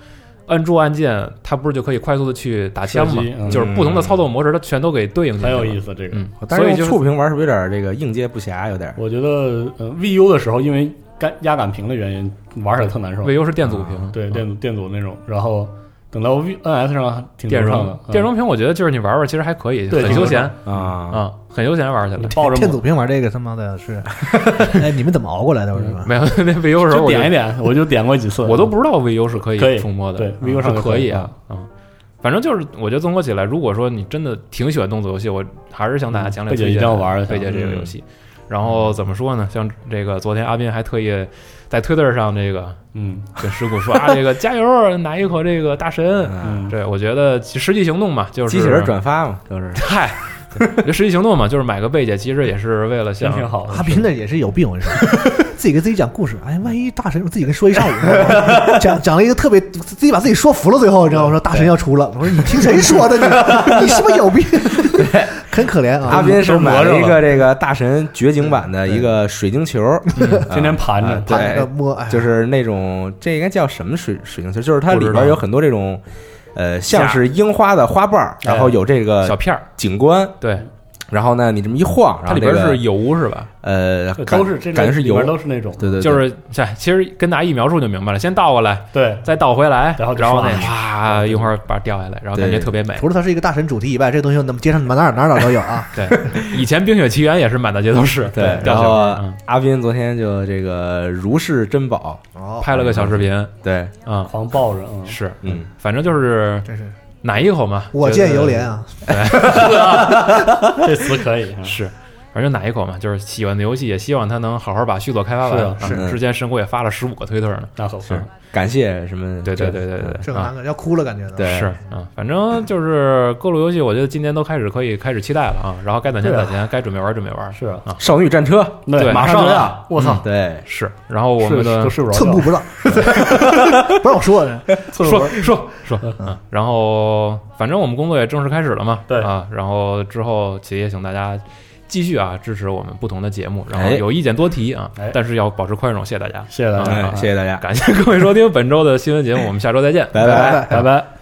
按住按键，它不是就可以快速的去打枪吗？就是不同的操作模式，它全都给对应进去了。 很有意思，这个。 所以触屏玩是不是有点这个应接不暇？有点。 我觉得VU 的时候，因为压感屏的原因，玩起来特难受。 VU 是电阻屏， 对电阻那种，然后。等到 NS 上挺流畅的， 电容屏我觉得就是你玩玩其实还可以，很休闲很休闲玩起来。 抱着电阻屏玩这个他妈的是，哎，你们怎么熬过来的？是吧？ 没有那 VU 时候点一点，我就点过几次， 我都不知道 VU 是可以触摸的， 对 VU 上可以啊。反正就是我觉得综合起来，如果说你真的挺喜欢动作游戏，我还是向大家强烈推荐贝姐这个游戏。然后怎么说呢？像这个昨天阿斌还特意在推特上这个跟石谷说啊，这个加油，拿一口这个大神。这我觉得实际行动嘛，就是机器人转发嘛，就是嗨，实际行动嘛，就是买个贝姐，其实也是为了像挺好的。 阿斌那也是有病，我跟你说，自己给自己讲故事，哎，万一大神自己跟说一上午，讲了一个特别，自己把自己说服了，最后你知道吗？说大神要出了，我说你听谁说的？你是不是有病？对，很可怜啊。 阿斌是买了一个这个大神绝景版的一个水晶球， 天天盘着， 对， 摸， 就是那种这应该叫什么水晶球？就是它里边有很多这种。像是樱花的花瓣，然后有这个小片景观， 对， 然后呢，你这么一晃，然后它里边是油是吧？ 都是感觉是油， 都是那种， 对， 就是其实跟大家一描述就明白了，先倒过来， 对， 再倒回来， 然后那哗一会儿把它掉下来，然后感觉特别美。 除了它是一个大神主题以外，这个东西那么街上哪都有啊。 对，以前《冰雪奇缘》也是满大街都是。 对，然后阿斌昨天就这个如是珍宝， 拍了个小视频， 对， 狂抱着， 是，反正就是真是。 哪一口嘛？ 我见犹怜啊！ 对， 这词可以是，反正哪一口嘛，就是喜欢的游戏，也希望他能好好把续作开发完。 是， 之前神谷也发了15个推特呢， 那可是感谢什么？ 对， 这个难要哭了感觉。 对， 是反正就是各路游戏，我觉得今年都可以开始期待了啊。然后该攒钱，该准备玩。 是啊， 少女战车， 对， 马上呀！我操， 对， 是。然后我们的寸步不让，不让我说呢， 说。然后反正我们工作也正式开始了嘛， 对啊。然后之后也请大家继续支持我们不同的节目，然后有意见多提啊，但是要保持宽容，谢谢大家， 谢谢大家， 感谢各位收听本周的新闻节目，我们下周再见， 拜拜。